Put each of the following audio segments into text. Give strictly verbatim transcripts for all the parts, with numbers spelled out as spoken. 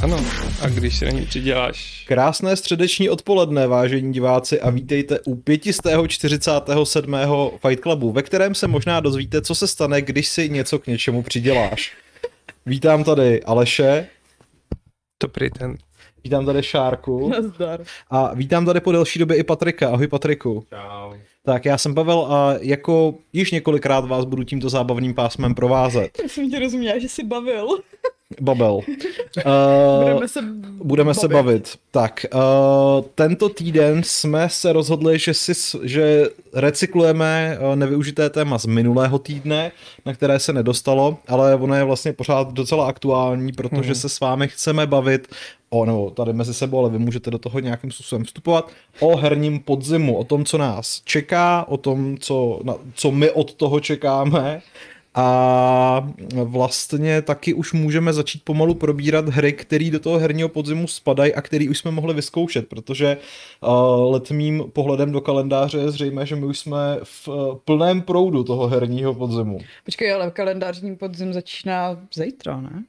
Ano, a když si na ní přiděláš. Krásné středeční odpoledne, vážení diváci, a vítejte u pětistého čtyřicátého sedmého Fight Clubu, ve kterém se možná dozvíte, co se stane, když si něco k něčemu přiděláš. Vítám tady Aleše. Dobrý den. Vítám tady Šárku. Nazdar. A vítám tady po delší době i Patrika. Ahoj Patriku. Čau. Tak já jsem Pavel a jako již několikrát vás budu tímto zábavným pásmem provázet. Já jsem tě rozuměla, že jsi bavil. Babel. Uh, budeme se budeme bavit. se bavit. Tak, uh, tento týden jsme se rozhodli, že, si, že recyklujeme uh, nevyužité téma z minulého týdne, na které se nedostalo, ale ono je vlastně pořád docela aktuální, protože hmm. se s vámi chceme bavit o, nebo tady mezi sebou, ale vy můžete do toho nějakým způsobem vstupovat, o herním podzimu, o tom, co nás čeká, o tom, co, na, co my od toho čekáme. A vlastně taky už můžeme začít pomalu probírat hry, které do toho herního podzimu spadají a které už jsme mohli vyzkoušet, protože uh, letmým pohledem do kalendáře je zřejmé, že my už jsme v uh, plném proudu toho herního podzimu. Počkej, ale kalendářní podzim začíná zítra, ne?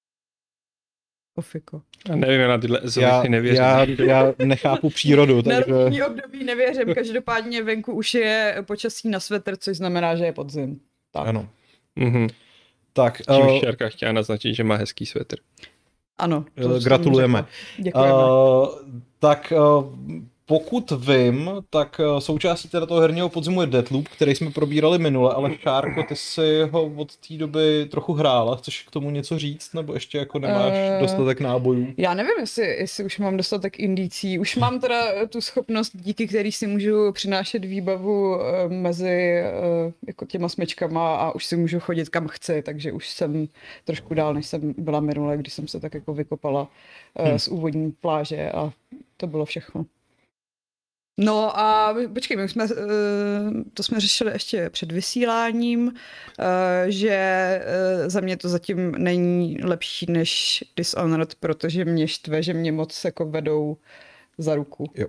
Ofiko. Já nevím, já na tyhle Já, zvyky nevěřím. já, já nechápu přírodu, Na takže... roční období nevěřím, každopádně venku už je počasí na svetr, což znamená, že je podzim. Tak. Ano. Mhm. Tak, Tím uh, Šárka chtěla naznačit, že má hezký svetr. Ano. gratulujeme. Děkujeme. Uh, tak uh, pokud vím, tak uh, součástí teda toho herního podzimu je Deathloop, který jsme probírali minule, ale Šárko, ty si ho od té doby trochu hrála. Chceš k tomu něco říct, nebo ještě jako nemáš uh, dostatek nábojů? Já nevím, jestli, jestli už mám dostatek indicí. Už mám teda tu schopnost, díky který si můžu přinášet výbavu uh, mezi uh, jako těma smečkama a už si můžu chodit kam chci, takže už jsem trošku dál, než jsem byla minule, když jsem se tak jako vykopala uh, hmm. z úvodní pláže a to bylo všechno. No a počkej, my jsme, to jsme řešili ještě před vysíláním, že za mě to zatím není lepší než Dishonored, protože mě štve, že mě moc jako vedou za ruku. Jo.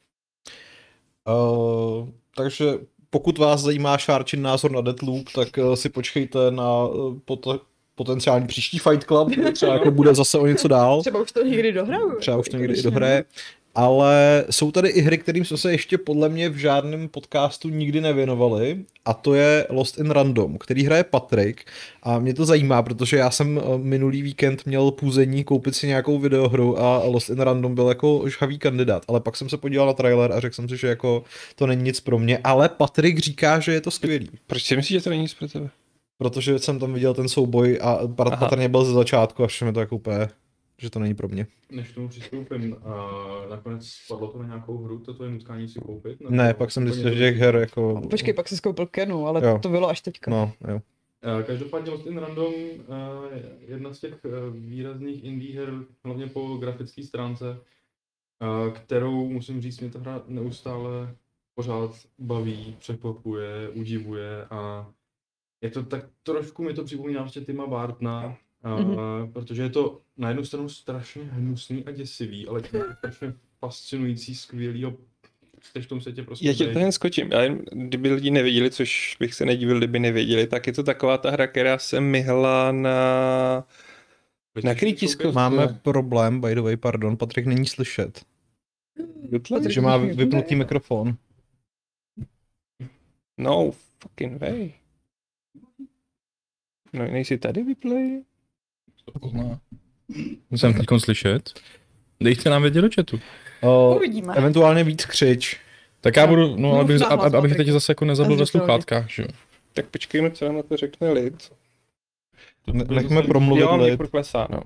Uh, takže pokud vás zajímá Šárčin názor na Deathloop, tak si počkejte na pot- potenciální příští Fight Club, třeba jako bude zase o něco dál. Třeba už to někdy dohraju. Třeba už to někdy i dohraje. Ale jsou tady i hry, kterým jsme se ještě podle mě v žádném podcastu nikdy nevěnovali, a to je Lost in Random, který hraje Patrik, a mě to zajímá, protože já jsem minulý víkend měl půzení koupit si nějakou videohru a Lost in Random byl jako žhavý kandidát, ale pak jsem se podíval na trailer a řekl jsem si, že jako to není nic pro mě, ale Patrik říká, že je to skvělý. Proč si myslíš, že to není nic pro tebe? Protože jsem tam viděl ten souboj a patrně byl ze začátku, až mi to jako úplně, že to není pro mě. Než k tomu přistoupím, uh, nakonec spadlo to na nějakou hru, to tvoje nutkání si koupit? Nebo Ne, pak jsem myslel, že těch her jako... Počkej, pak jsi skoupil Kenu, ale Jo. to bylo až teďka. No, jo. Uh, každopádně Lost in Random uh, jedna z těch uh, výrazných indie her, hlavně po grafické stránce, uh, kterou, musím říct, mě ta hra neustále pořád baví, překvapuje, udivuje a je to tak trošku, mi to připomíná vlastně Tima Bartona, uh, mm-hmm. protože je to na jednu stranu strašně hnusný a děsivý, ale je strašně fascinující, skvělý a v tom světě prostě... Já tě to jen skočím, já jen, kdyby lidi nevěděli, což bych se nedivil, kdyby nevěděli, tak je to taková ta hra, která se myhla na... na krytisku. Máme problém, by the way, pardon, Patrik není slyšet. Takže má vypnutý mikrofon. No fucking way. No nejsi tady vyplay? Jsem teď slyšet. Dejte nám vědět do chatu. O, Uvidíme. Eventuálně víc křič. Tak já budu, no, Mluv abych, nahlas, ab, abych Patrik. teď zase jako nezabil ve Nezřetelně. sluchátkách, že jo. Tak počkejme, co nám na to řekne lid. Ne- Nechme promluvit Jo, mě lid. furt klesá, no.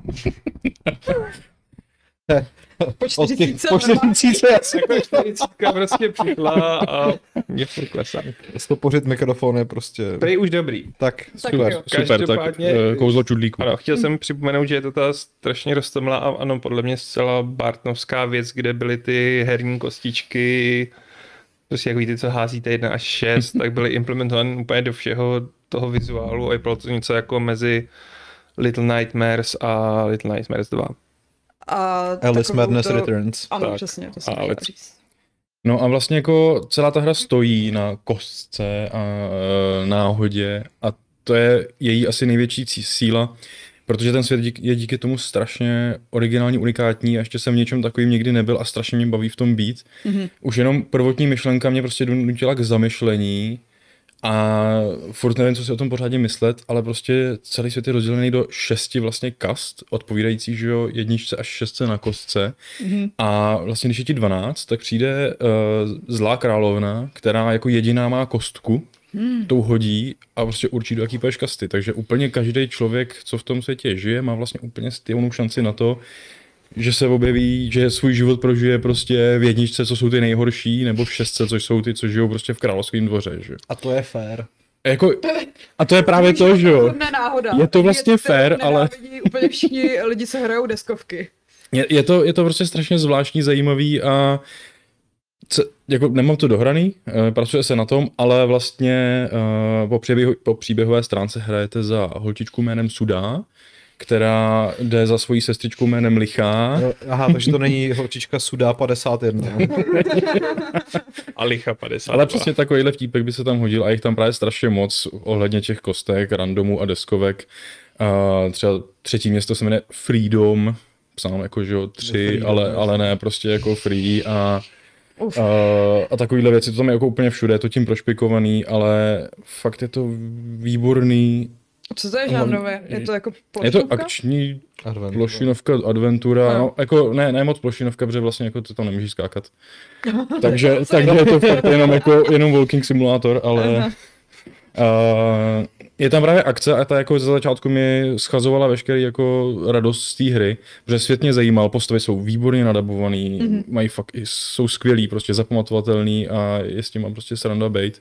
Po Od těch čtyřicítce po čtyřicítce jasně. Jako čtyřicítka prostě přišla a mě furt klesá. Stopořit mikrofon je prostě... Prý už dobrý. Tak, Tak Super, jo. super, tak Každopádně- eh, kouzlo čudlíku. Ano, chtěl jsem připomenout, že je to ta strašně roztomilá a ano, podle mě zcela bartnovská věc, kde byly ty herní kostičky, prostě jak víte, co házíte jedna až šest, tak byly implementovány úplně do všeho toho vizuálu a bylo to něco jako mezi Little Nightmares a Little Nightmares dva. A Alice takovou Madness to... Returns. Ano, Tak. přesně, to jsem Ale- chtěla říct. No a vlastně jako celá ta hra stojí na kostce a e, náhodě a to je její asi největší cí- síla. Protože ten svět dík, je díky tomu strašně originální, unikátní a ještě jsem v něčem takovým nikdy nebyl a strašně mě baví v tom být. Mhm. Už jenom prvotní myšlenka mě prostě donutila k zamyšlení a furt nevím, co si o tom pořádně myslet, ale prostě celý svět je rozdělený do šesti vlastně kast, odpovídající, že jo, jedničce až šestce na kostce. Mhm. A vlastně, když je ti dvanáct, tak přijde uh, zlá královna, která jako jediná má kostku, Hmm. tou hodí a prostě určí, do jaký půjdeš kasty. Takže úplně každý člověk, co v tom světě žije, má vlastně úplně stejnou šanci na to, že se objeví, že svůj život prožije prostě v jedničce, co jsou ty nejhorší, nebo v šestce, což jsou ty, co žijou prostě v královském dvoře. Že? A to je fér. Jako, a to je právě to, že jo. To je náhoda. Je to vlastně Lidi, fair, kteří ale- nenávidí úplně všichni lidi, co hrajou deskovky. Je, je, to, je to prostě strašně zvláštní, zajímavý a c- jako nemám to dohraný, eh, pracuje se na tom, ale vlastně eh, po, příběhu, po příběhové stránce hrajete za holčičku jménem Sudá, která jde za svojí sestřičkou jménem Lichá. No, aha, takže to není holčička Sudá padesát jedna. A Licha padesát. Ale přesně takovýhle vtípek by se tam hodil a jich tam právě strašně moc ohledně těch kostek, randomů a deskovek. Uh, třeba třetí město se jmenuje Freedom, psáno jako, že jo, tři, Freedom, ale, jasně. ale ne, prostě jako free a Uf. Uh, a takovýhle věci, to tam je jako úplně všude, je to tím prošpikovaný, ale fakt je to výborný. Co to je žánrové? Je to jako Je plošnovka? to akční Advent. plošinovka, adventura, No. no, jako ne, ne moc plošinovka, protože vlastně jako to tam nemůžeš skákat. takže, takže je to fakt jenom jako jenom walking simulátor, ale Aha. uh, je tam právě akce a ta jako za začátku mi schazovala veškerý jako radost z té hry, protože svět mě zajímal, postavy jsou výborně nadabovaný, mm-hmm. mají fakt, jsou skvělý, prostě zapamatovatelný a je s tím mám prostě sranda bejt.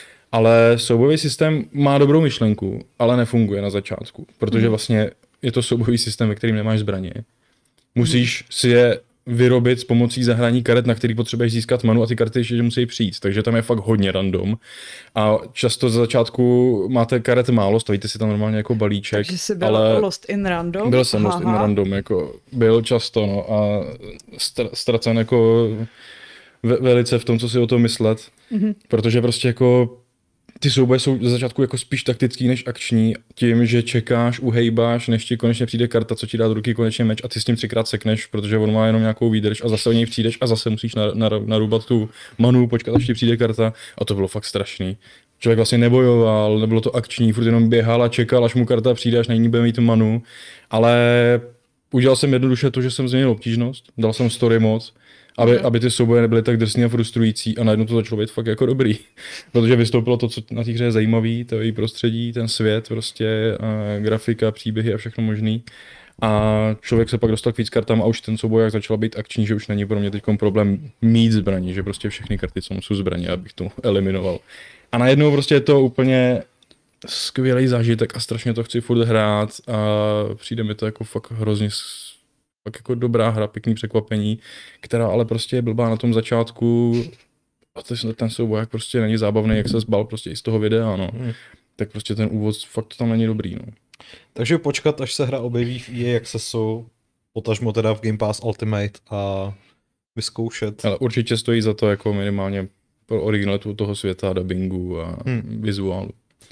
Ale soubojový systém má dobrou myšlenku, ale nefunguje na začátku, protože vlastně je to soubojový systém, ve kterým nemáš zbraně. Musíš si je vyrobit s pomocí zahrání karet, na který potřebuješ získat manu a ty karty ještě musí přijít, takže tam je fakt hodně random. A často za začátku máte karet málo, stavíte si tam normálně jako balíček. Takže jsi byl ale Lost in Random? byl jsem Lost in Aha. Random, jako byl často, no, a str- ztracen jako ve- velice v tom, co si o tom myslet, Mhm. protože prostě jako ty souboje jsou za začátku jako spíš taktický než akční, tím, že čekáš, uhejbáš, než ti konečně přijde karta, co ti dá do ruky konečně meč a ty s tím třikrát sekneš, protože on má jenom nějakou výdrž a zase o něj přijdeš a zase musíš nar- nar- narubat tu manu, počkat, až ti přijde karta a to bylo fakt strašný. Člověk vlastně nebojoval, nebylo to akční, furt jenom běhal a čekal, až mu karta přijde, až na ní bude mít manu, ale udělal jsem jednoduše to, že jsem změnil obtížnost, dal jsem story moc, aby, aby ty souboje nebyly tak drsný a frustrující a najednou to začalo být fakt jako dobrý. Protože vystoupilo to, co na té hře je zajímavý, to její prostředí, ten svět, prostě a grafika, příběhy a všechno možný. A člověk se pak dostal k víc kartám a už ten souboj jak začal být akční, že už není pro mě teď problém mít zbraní, že prostě všechny karty jsou zbraně, abych to eliminoval. A najednou prostě je to úplně skvělý zážitek a strašně to chci furt hrát a přijde mi to jako fakt hrozně fakt jako dobrá hra, pěkný překvapení, která ale prostě je blbá na tom začátku a ten, ten souboj prostě není zábavný, jak se zbal prostě i z toho videa, no. Hmm. Tak prostě ten úvod fakt tam není dobrý, no. Takže počkat, až se hra objeví v E A Accessu, potažmo teda v Game Pass Ultimate a vyzkoušet. Ale určitě stojí za to jako minimálně pro originalitu toho světa, dubbingu a Hmm. vizuálu.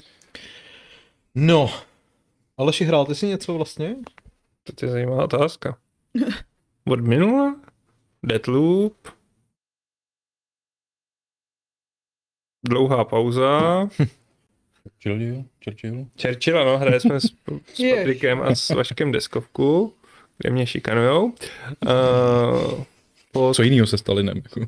No, Aleši, hrál ty si něco vlastně? To je zajímavá otázka. Od minula? Deathloop? Dlouhá pauza. Churchill? Churchill? Churchilla, no, hráli jsme s, s Jež. Patrikem a s Vaškem deskovku, kde mě šikanujou. Uh, po Co jinýho se Stalinem? Jako.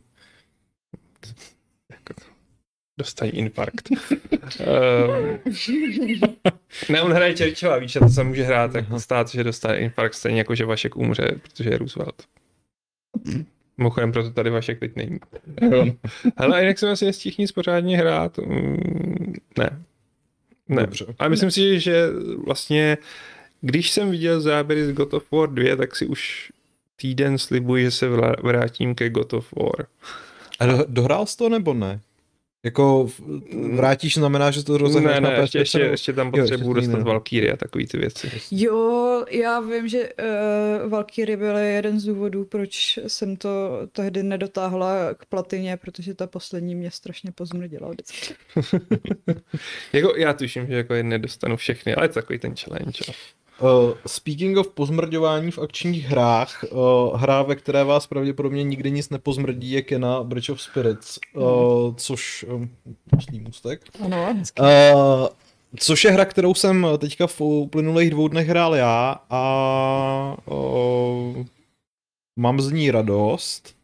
dostají infarkt. um, ne, on hraje Churchilla, víš, a to se může hrát, tak stát, že dostane infarkt stejně jako, že Vašek umře, protože je Roosevelt. Mimochodem, proto tady Vašek teď není. Hele, a jinak jsem asi nestihl nic pořádně hrát. Mm, ne. Ne. Dobře. A myslím si, že vlastně, když jsem viděl záběry z God of War dva, tak si už týden slibuji, že se vla- vrátím ke God of War. A do, dohrál jsi to nebo ne? Jako v- vrátíš znamená, že to rozehneš Ne, na ne, P S ještě, pět? ještě, ještě tam Jo, potřebuji ještě dostat ne. Valkyrie a takový ty věci. Jo, já vím, že uh, Valkyrie byly jeden z důvodů, proč jsem to tehdy nedotáhla k platině, protože ta poslední mě strašně pozmrdila vždycky. Jako, já tuším, že jako nedostanu všechny, ale je to takový ten challenge. Jo. Uh, speaking of pozmrďování v akčních hrách, uh, hra, ve které vás pravděpodobně nikdy nic nepozmrdí, je Kena Bridge of Spirits, uh, což... Um, Zlý můstek. Ano, hezky. Uh, což je hra, kterou jsem teďka v uplynulých dvou dnech hrál já a uh, mám z ní radost.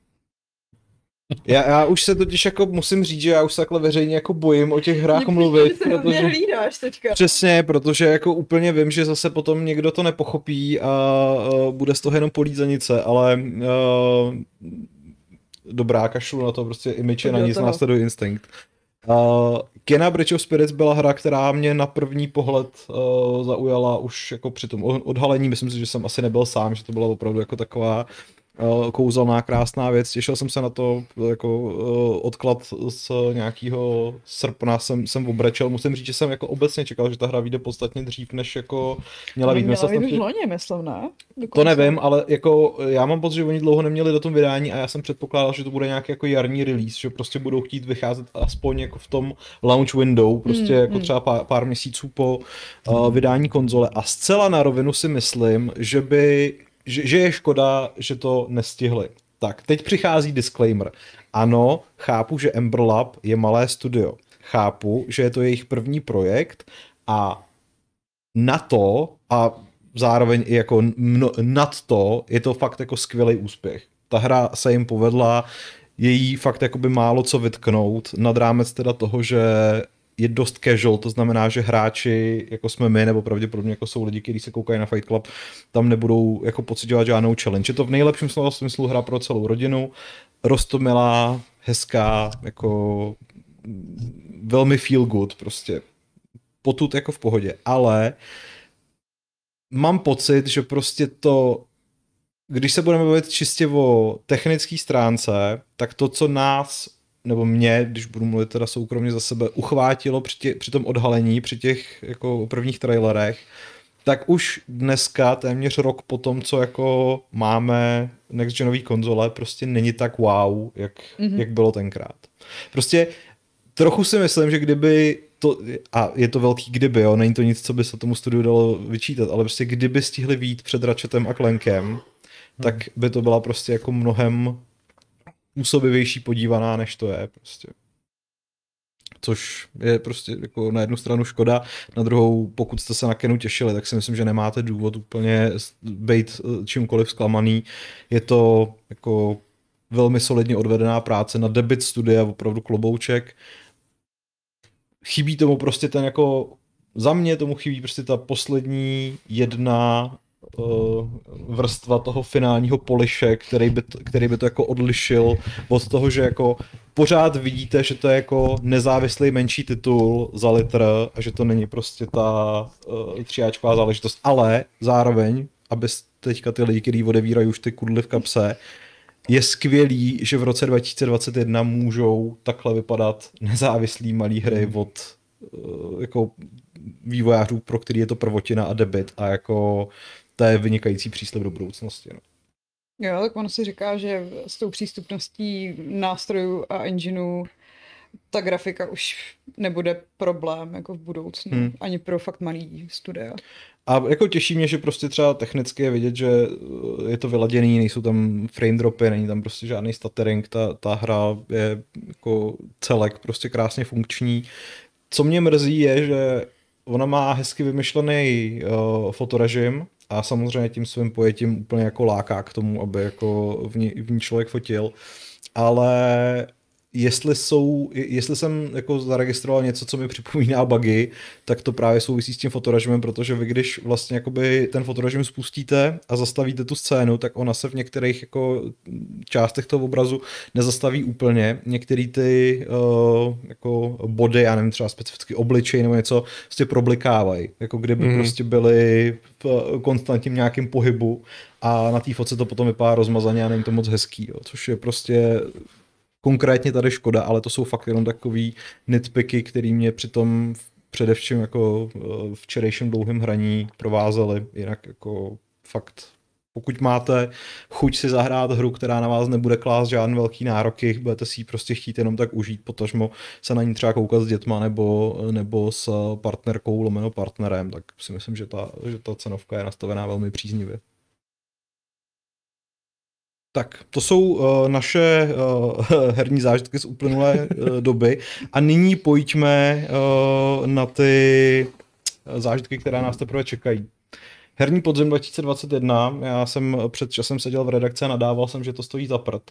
Já, já už se totiž jako musím říct, že já už se takhle veřejně jako bojím o těch hrách Mě mluvit, přijde, že se protože... hlídáš teďka. Přesně, protože jako úplně vím, že zase potom někdo to nepochopí a uh, bude z toho jenom polízanice, ale uh, dobrá, kašlu na to, prostě image je na nic, následuje instinkt. Uh, Kena Bridge of Spirits byla hra, která mě na první pohled uh, zaujala už jako při tom odhalení, myslím si, že jsem asi nebyl sám, že to byla opravdu jako taková uh, kouzelná, krásná věc. Těšil jsem se na to, jako uh, odklad z nějakého srpna jsem, jsem obrečel. Musím říct, že jsem jako obecně čekal, že ta hra vyjde podstatně dřív, než jako měla být. Měla být už loni, myslím, ne? To nevím, ale jako já mám pocit, že oni dlouho neměli do tom vydání a já jsem předpokládal, že to bude nějaký jako jarní release, že prostě budou chtít vycházet aspoň jako v tom launch window, prostě mm, jako mm. třeba pár, pár měsíců po uh, vydání konzole a zcela na rovinu si myslím, že by, že, že je škoda, že to nestihli. Tak, teď přichází disclaimer. Ano, chápu, že Ember Lab je malé studio. Chápu, že je to jejich první projekt a na to a zároveň i jako mno, nad to je to fakt jako skvělý úspěch. Ta hra se jim povedla, je jí fakt jakoby málo co vytknout, nad rámec teda toho, že je dost casual, to znamená, že hráči, jako jsme my, nebo pravděpodobně jako jsou lidi, kteří se koukají na Fight Club, tam nebudou jako pociťovat žádnou challenge. Je to v nejlepším slova smyslu hra pro celou rodinu, roztomilá, hezká, jako velmi feel good, prostě potud jako v pohodě, ale mám pocit, že prostě to, když se budeme bavit čistě o technické stránce, tak to, co nás, nebo mě, když budu mluvit teda soukromně za sebe, uchvátilo při, tě, při tom odhalení, při těch jako prvních trailerech, tak už dneska, téměř rok po tom, co jako máme next genový konzole, prostě není tak wow, jak, mm-hmm. jak bylo tenkrát. Prostě trochu si myslím, že kdyby to, a je to velký kdyby, jo, není to nic, co by se tomu studiu dalo vyčítat, ale prostě kdyby stihli vyjít před Ratchetem a Clankem, hmm. tak by to byla prostě jako mnohem působivější podívaná, než to je prostě. Což je prostě jako na jednu stranu škoda, na druhou, pokud jste se na Kenu těšili, tak si myslím, že nemáte důvod úplně být čímkoliv zklamaný. Je to jako velmi solidně odvedená práce na debut studia, opravdu klobouček. Chybí tomu prostě ten jako, za mě tomu chybí prostě ta poslední jedna uh, vrstva toho finálního poliše, který by, to, který by to jako odlišil od toho, že jako pořád vidíte, že to je jako nezávislý menší titul za litr a že to není prostě ta uh, tříáčková záležitost, ale zároveň, aby teďka ty lidi, kteří odevírají už ty kudly v kapse, je skvělý, že v roce dva tisíce dvacet jedna můžou takhle vypadat nezávislý malý hry od uh, jako vývojářů, pro který je to prvotina a debut a jako to je vynikající příslib do budoucnosti. No. Jo, tak ono si říká, že s tou přístupností nástrojů a engineů ta grafika už nebude problém jako v budoucnu, hmm. ani pro fakt malý studia. A jako těší mě, že prostě třeba technicky je vidět, že je to vyladěný, nejsou tam frame dropy, není tam prostě žádný stuttering, ta, ta hra je jako celek prostě krásně funkční. Co mě mrzí je, že ona má hezky vymyšlený uh, fotorežim a samozřejmě tím svým pojetím úplně jako láká k tomu, aby jako v ní, v ní člověk fotil, ale jestli jsou, jestli jsem jako zaregistroval něco, co mi připomíná bugy, tak to právě souvisí s tím fotorežimem, protože vy když vlastně jakoby ten fotorežim spustíte a zastavíte tu scénu, tak ona se v některých jako částech toho obrazu nezastaví úplně. Některé ty uh, jako body, já nevím, třeba specificky obličej nebo něco, prostě problikávají, jako kdyby mm. prostě byly v konstantním nějakým pohybu a na té fotce to potom vypadá rozmazaně a není to moc hezký, jo, což je prostě konkrétně tady škoda, ale to jsou fakt jenom takový nitpicky, který mě přitom především jako včerejším dlouhým hraní provázely, jinak jako fakt Pokud máte chuť si zahrát hru, která na vás nebude klást žádné velký nároky, budete si ji prostě chtít jenom tak užít, potažmo se na ní třeba koukat s dětma nebo, nebo s partnerkou lomeno partnerem, tak si myslím, že ta, že ta cenovka je nastavená velmi příznivě. Tak, to jsou uh, naše uh, herní zážitky z uplynulé uh, doby a nyní pojďme uh, na ty zážitky, které nás teprve čekají. Herní podzim dva tisíce dvacet jedna, já jsem před časem seděl v redakci a nadával jsem, že to stojí za prd.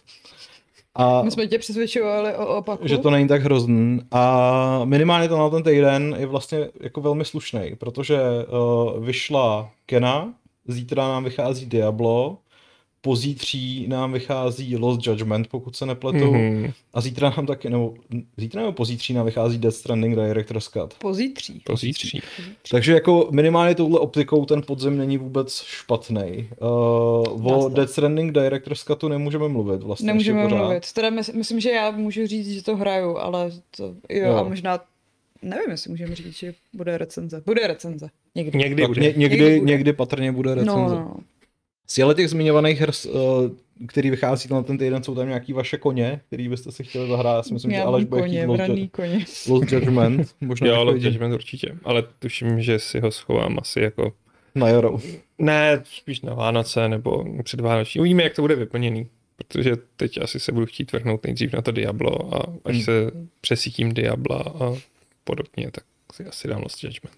A My jsme tě přesvědčovali o opaku. že to není tak hrozný. A minimálně to na ten týden je vlastně jako velmi slušný, protože uh, vyšla Kena, zítra nám vychází Diablo, pozítří nám vychází Lost Judgment, pokud se nepletu, mm-hmm. a zítra nám taky, nebo zítra nebo pozítří nám vychází Death Stranding Director's Cut. Pozítří. Pozítří. Takže jako minimálně touhle optikou ten podzim není vůbec špatný. Uh, o Death Stranding Director's Cutu nemůžeme mluvit vlastně. Nemůžeme mluvit. Teda mys- myslím, že já můžu říct, že to hraju, ale to, jo, jo. A možná, nevím, jestli můžeme říct, že bude recenze. Bude recenze. Někdy. Někdy bude. Ně- někdy, Někdy bude. někdy patrně bude recenze. No, no. Z těch zmiňovaných her, který vychází na ten týden, jsou tam nějaký vaše koně, který byste si chtěli zahrát. Já si myslím, Já že mám Aleš bude koně, chtít Lost, vraný koně. Lost Judgment. Možná Jo, jako Lost jediný. Judgment určitě, ale tuším, že si ho schovám asi jako... Na jaro. Ne, spíš na Vánoce nebo před Vánoční. Uvidíme, jak to bude vyplněný, protože teď asi se budu chtít vrhnout nejdřív na to Diablo a až Hmm. se přesítím Diabla a podobně, tak si asi dám Lost Judgment.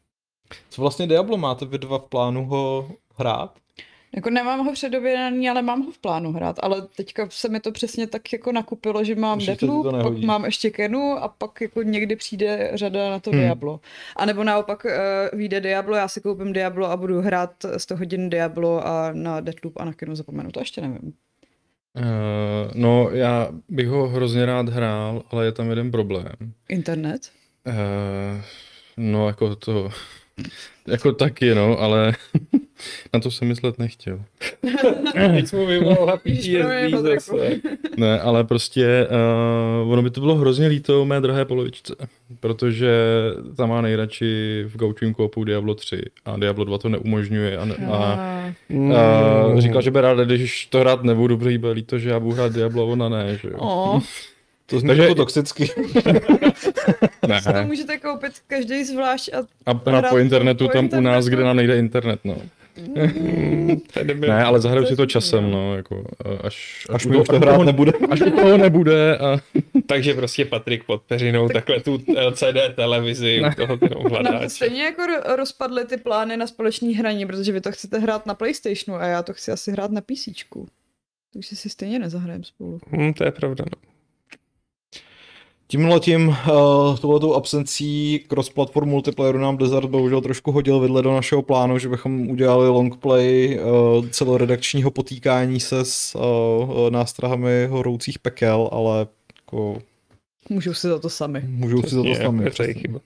Co vlastně Diablo máte vy dva v plánu ho hrát? Jako nemám ho předobědaný, ale mám ho v plánu hrát, ale teďka se mi to přesně tak jako nakupilo, že mám Už se ti to Deathloop, pak nehodí. mám ještě Kenu a pak jako někdy přijde řada na to Hmm. Diablo. A nebo naopak uh, vyjde Diablo, já si koupím Diablo a budu hrát sto hodin Diablo a na Deathloop a na Kenu zapomenu, to ještě nevím. Uh, no, já bych ho hrozně rád hrál, ale je tam jeden problém. Internet? Uh, no, jako to... Jako taky, no, ale na to jsem myslet nechtěl. Teď jsme vyvolala Ježiš, promiň, Patriku. Ne, ale prostě uh, ono by to bylo hrozně líto mé drahé polovičce, protože tam má nejradši v gaučovým koopu Diablo tři a Diablo dva to neumožňuje a, ne, a, a Mm. říkal, že by rád, když to hrát nebudu, protože jí bude líto, že já budu hrát Diablo a ona ne, že jo. Oh. To zní Takže- jako toxicky. Ne. Si to můžete koupit každý zvlášť a A hrát po internetu po tam u internetu. nás, kde nám nejde internet, no. Mm, to je debil. Ne, ale zahraju si to To je časem, super, no, jako až, Až u mi toho- už to hrát toho- nebude. Až u toho nebude a Takže prostě Patrik pod peřinou takhle tu L C D televizi u toho jenom Nám to hledáče. stejně jako ro- rozpadly ty plány na společný hraní, protože vy to chcete hrát na PlayStationu a já to chci asi hrát na PCčku. Takže si stejně nezahrajeme spolu. Hmm, to je pravda, no. Tímhletím, uh, touhletou absencí cross-platform multiplayeru nám Blizzard bohužel trošku hodil vidle do našeho plánu, že bychom udělali longplay uh, celoredakčního potýkání se s uh, nástrahami horoucích pekel, ale jako Můžou si za to sami. můžou si za to Je, sami. to je chyba.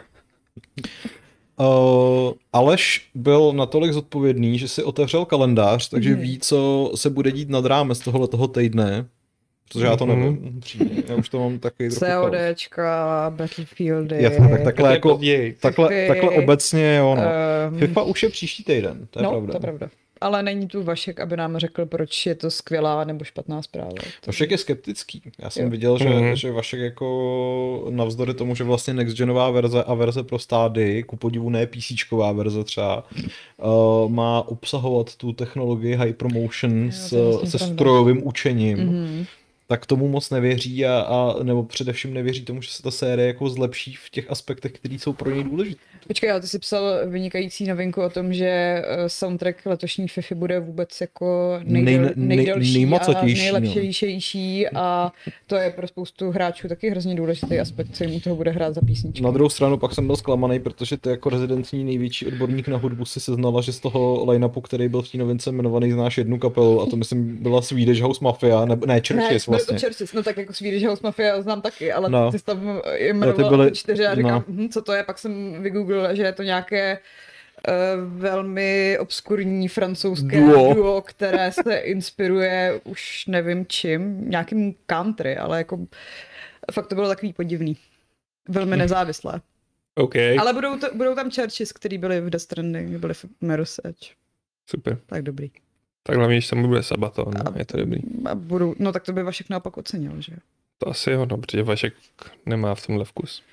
Uh, Aleš byl natolik zodpovědný, že si otevřel kalendář, takže Mhm. ví, co se bude dít nad rámec tohoto týdne. Protože já to Mhm. nevím. upřímně. Já už to mám takový trochu chaos. CODčka, Battlefieldy. Jasně, tak takhle To je jako, později. takhle, Fify, takhle obecně jo, no. Um, FIFA už je příští týden, to je no, pravda. to je pravda. Ale není tu Vašek, aby nám řekl, proč je to skvělá nebo špatná zpráva. Vašek je skeptický. Já jsem Jo. viděl, že, Mhm. že Vašek jako navzdory tomu, že vlastně nextgenová verze a verze pro stády, ku podivu ne PCčková verze třeba, uh, má obsahovat tu technologii Hypermotion Jo, s, to je vlastně se pravda. strojovým učením. Mm-hmm. Tak tomu moc nevěří a, a nebo především nevěří tomu, že se ta série jako zlepší v těch aspektech, které jsou pro něj důležité. Počkej, ale ty jsi psal vynikající novinku o tom, že eh, soundtrack letošní FIFA bude vůbec jako nejdel, Nej- nej- nejdelší a nejmacatější, no. nejlepšejší a to je pro spoustu hráčů taky hrozně důležitý aspekt, co jim u toho bude hrát za písničku. Na druhou stranu pak jsem byl zklamaný, protože ty jako rezidentní největší odborník na hudbu si seznala, že z toho line-upu, který byl v té novince jmenovaný, znáš jednu kapelu a to myslím byla Swedish House Mafia, nebo ne, Churches Ne, byly vlastně. to Churches, no tak jako Swedish House Mafia znám taky, ale No. no. ty jsi tam ty jmenoval byly- ty čtyři a říkám, no. hm, co to je, pak jsem vygooglil, že je to nějaké uh, velmi obskurní francouzské Duo. duo. které se inspiruje už nevím čím, nějakým country, ale jako fakt to bylo takový podivný. Velmi nezávislé. OK, Ale budou, to, budou tam Churches, který byli v Death Stranding, byli v Mirror's Edge. super. Tak dobrý. Tak hlavně, když tam bude Sabaton, no, je to dobrý. A budu, no tak to by Vašek naopak ocenil, že jo? To asi jo, no, protože Vašek nemá v tomhle vkus.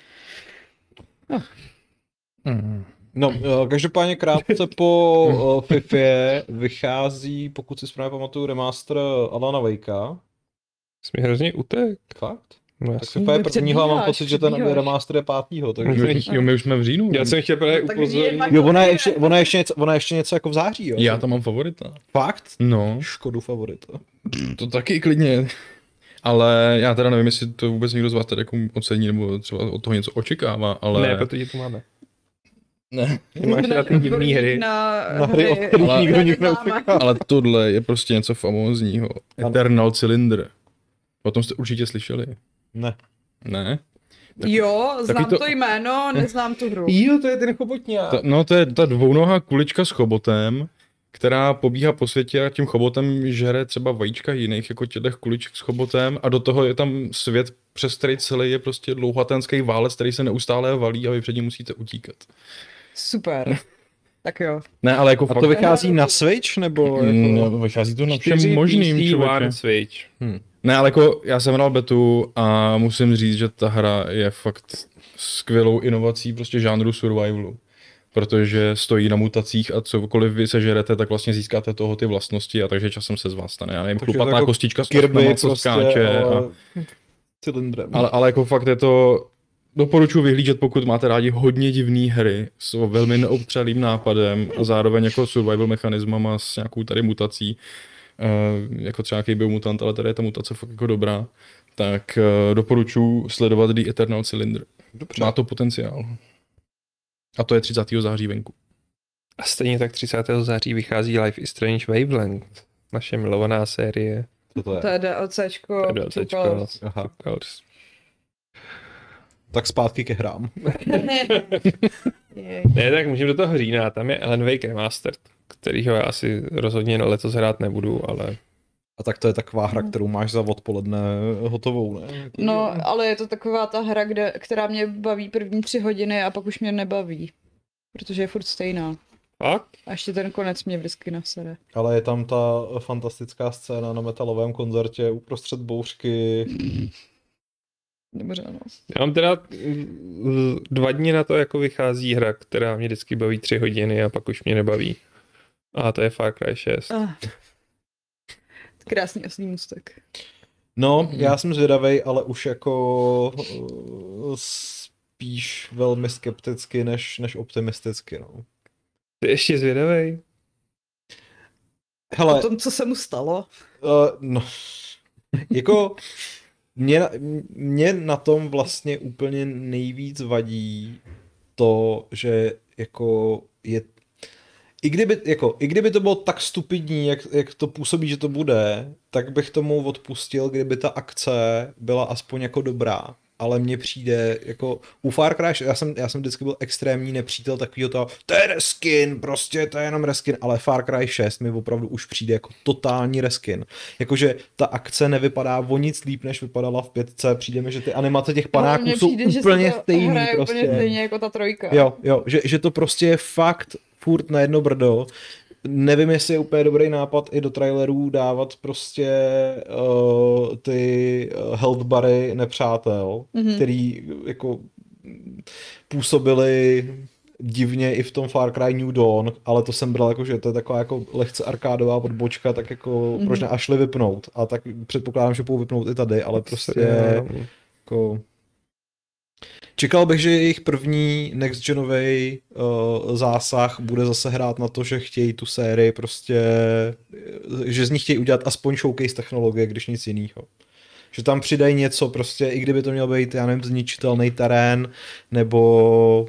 Mm. No, eh, každopádně krátce po eh, FIFA vychází, pokud si správně pamatuju, remaster Alana Wakea. Jsi mi hrozně utek. Fakt? No, já, Tak jsem, FIFA je Ty prvního a mám předbíháš, pocit, že ten předbíháš. remaster je pátýho, takže... Mhm. Jo, my už jsme v říjnu. já jsem chtěl právě No, tak upozornit. je- Jo, ona je, ještě, ona, je ještě něco, ona je ještě něco jako v září, jo? Já tam mám favorita. Fakt? No, Škodu favorita. to taky klidně. Ale já teda nevím, jestli to vůbec někdo z vás tady jako ocení, nebo třeba od toho něco očekává, ale... Ne, protože tu máme. ne. Ty máš teda ty divný hry. Na, Na hry, od kterých ale- nikdo nic Máme. neočekává. Ale tohle je prostě něco famózního. Eternal Cylinder. O tom jste určitě slyšeli. Ne. Ne? Jo, znám to- to... jméno, neznám tu hru. Jo, to je ten chobotňák. Ta, no to je ta dvounohá kulička s chobotem, která pobíhá po světě a tím chobotem žere třeba vajíčka jiných jako těch kuliček s chobotem a do toho je tam svět, přes který celý je prostě dlouhatenský válec, který se neustále valí a vy před ním musíte utíkat. Super. Tak jo. Ne, ale jako A to vychází na Switch, nebo jako... No, vychází to na všem Čtyři možným, P C, člověče. One Switch. Hm. Ne, ale jako já jsem hrál betu a musím říct, že ta hra je fakt skvělou inovací prostě žánru survivalu. Protože stojí na mutacích a cokoliv vy sežerete, tak vlastně získáte toho ty vlastnosti a takže časem se z vás stane. Já nevím, Takže chlupatá jako kostička s Kirby prsnama, co prostě, skáče. ale... A, Cylindrem. ale, ale jako fakt je to... Doporučuji vyhlížet, pokud máte rádi hodně divné hry s velmi neobtřelým nápadem a zároveň jako survival mechanismama s nějakou tady mutací, uh, jako třeba nějaký biomutant, ale tady je ta mutace fakt jako dobrá, tak uh, doporučuji sledovat The Eternal Cylinder. Dobře. Má to potenciál. A to je třicátého září venku. A stejně tak třicátého září vychází Life is Strange Wavelength. Naše milovaná série. Co to je? To je DLCčko. To je DLCčko. Two Colors. Aha. Colors. Tak zpátky ke hrám. Jej. Ne, tak můžeme do toho října. Tam je Alan Wake Remastered, kterýho já asi rozhodně letos hrát nebudu, ale... A tak to je taková hra, kterou máš za odpoledne hotovou, ne? No, ale je to taková ta hra, kde, která mě baví první tři hodiny a pak už mě nebaví. Protože je furt stejná. Fakt? A ještě ten konec mě vždycky nasede. Ale je tam ta fantastická scéna na metalovém koncertě uprostřed bouřky. Dobře, no. Já mám teda mm, dva dny na to, jako vychází hra, která mě vždycky baví tři hodiny a pak už mě nebaví. A to je Far Cry šest. Ah. Krásný osný můstek. No, já jsem zvědavej, ale už jako uh, spíš velmi skepticky než, než optimisticky, no. Ty ještě zvědavej? Hele, O tom, co se mu stalo. Uh, no, jako mě, na- mě na tom vlastně úplně nejvíc vadí to, že jako je i kdyby, jako, i kdyby to bylo tak stupidní, jak, jak to působí, že to bude, tak bych tomu odpustil, kdyby ta akce byla aspoň jako dobrá. Ale mně přijde, jako u Far Cry, já jsem, já jsem vždycky byl extrémní nepřítel takovýho toho, to je reskin, prostě to je jenom reskin, ale Far Cry šest mi opravdu už přijde jako totální reskin. Jakože ta akce nevypadá o nic líp, než vypadala v pětce, přijde mi, že ty animace těch panáků Mně jsou přijde, že úplně se to stejný hraje prostě. úplně stejně jako ta trojka. Jo, jo, že, že to prostě je fakt furt na jedno brdo. Nevím, jestli je úplně dobrý nápad i do trailerů dávat prostě uh, ty uh, health bary nepřátel, Mhm. mm-hmm. který jako působili divně i v tom Far Cry New Dawn, ale to jsem bral jako, že to je taková jako lehce arkádová odbočka, tak jako mm-hmm. proč ne a šli vypnout. A tak předpokládám, že budou vypnout i tady, ale prostě jako... Čekal bych, že jejich první next-genový uh, zásah bude zase hrát na to, že chtějí tu sérii prostě, že z ní chtějí udělat aspoň showcase technologie, když nic jiného. Že tam přidají něco prostě, i kdyby to měl být, já nevím, zničitelný terén, nebo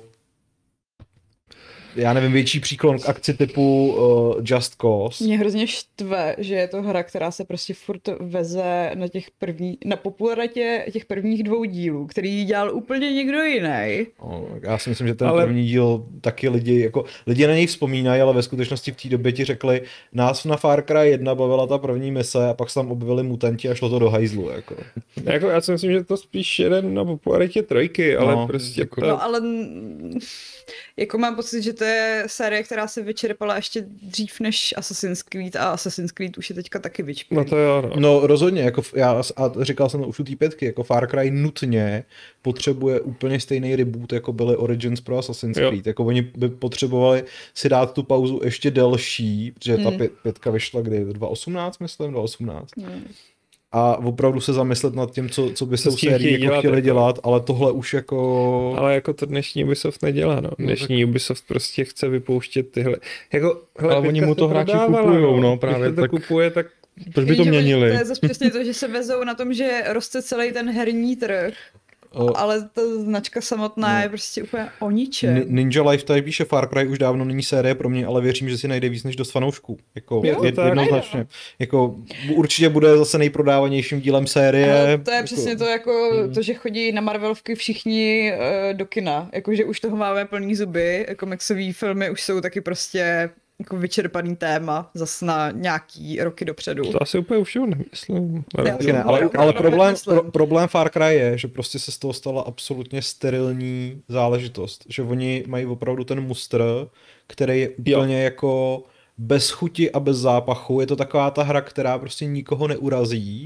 já nevím, větší příklon k akci typu uh, Just Cause. Mě hrozně štve, že je to hra, která se prostě furt veze na těch první, na popularitě těch prvních dvou dílů, který dělal úplně někdo jiný. No, já si myslím, že ten Ale- ale... první díl taky lidi, jako lidi na něj vzpomínají, ale ve skutečnosti v té době ti řekli, nás na Far Cry jedna bavila ta první mise a pak se tam objevili mutanti a šlo to do hajzlu. Jako. Jako, já si myslím, že to spíš jeden na popularitě trojky, ale No, prostě jako- ta... No ale mm, jako mám pocit, že to je série, která se vyčerpala ještě dřív než Assassin's Creed a Assassin's Creed už je teďka taky vyčpělý. No to jo, no. No rozhodně, jako f- já a říkal jsem to už u té pětky, jako Far Cry nutně potřebuje úplně stejný reboot, jako byly Origins pro Assassin's Jo. Creed. Jako oni by potřebovali si dát tu pauzu ještě delší, protože ta Hmm. pět, pětka vyšla kdy? dva tisíce osmnáct, myslím, dva tisíce osmnáct. Hmm. A opravdu se zamyslet nad tím, co, co by s Co tou s tím sérií chtějí jako dělat, chtěli jako. dělat, ale tohle už jako... Ale jako to dnešní Ubisoft nedělá, no. Dnešní Ubisoft prostě chce vypouštět tyhle. Jako, hele, Ale oni pětka mu se to hráči prodávala, kupujou, no, Když právě se to tak- kupuje, tak Proč by to Jenže měnili? To je zase přesně to, že se vezou na tom, že roste celý ten herní trh, o, ale ta značka samotná No. je prostě úplně o ničem. Ni- Ninja Lifetime píše Far Cry už dávno není série pro mě, ale věřím, že si najde víc než dost fanoušků. Jako, Je to je, tak. jednoznačně. Jako, určitě bude zase nejprodávanějším dílem série. Ale to je jako, přesně to, jako to, že chodí na Marvelovky všichni uh, do kina. Jakože už toho máme plný zuby. Komiksové filmy už jsou taky prostě jako vyčerpaný téma zas na nějaký roky dopředu. to asi úplně už jo nemyslím. Ale, Já Taky ne, ale, Já ale to problém, nemyslím. pro, problém Far Cry je, že prostě se z toho stala absolutně sterilní záležitost. Že oni mají opravdu ten mustr, který je úplně jo. jako bez chuti a bez zápachu. Je to taková ta hra, která prostě nikoho neurazí.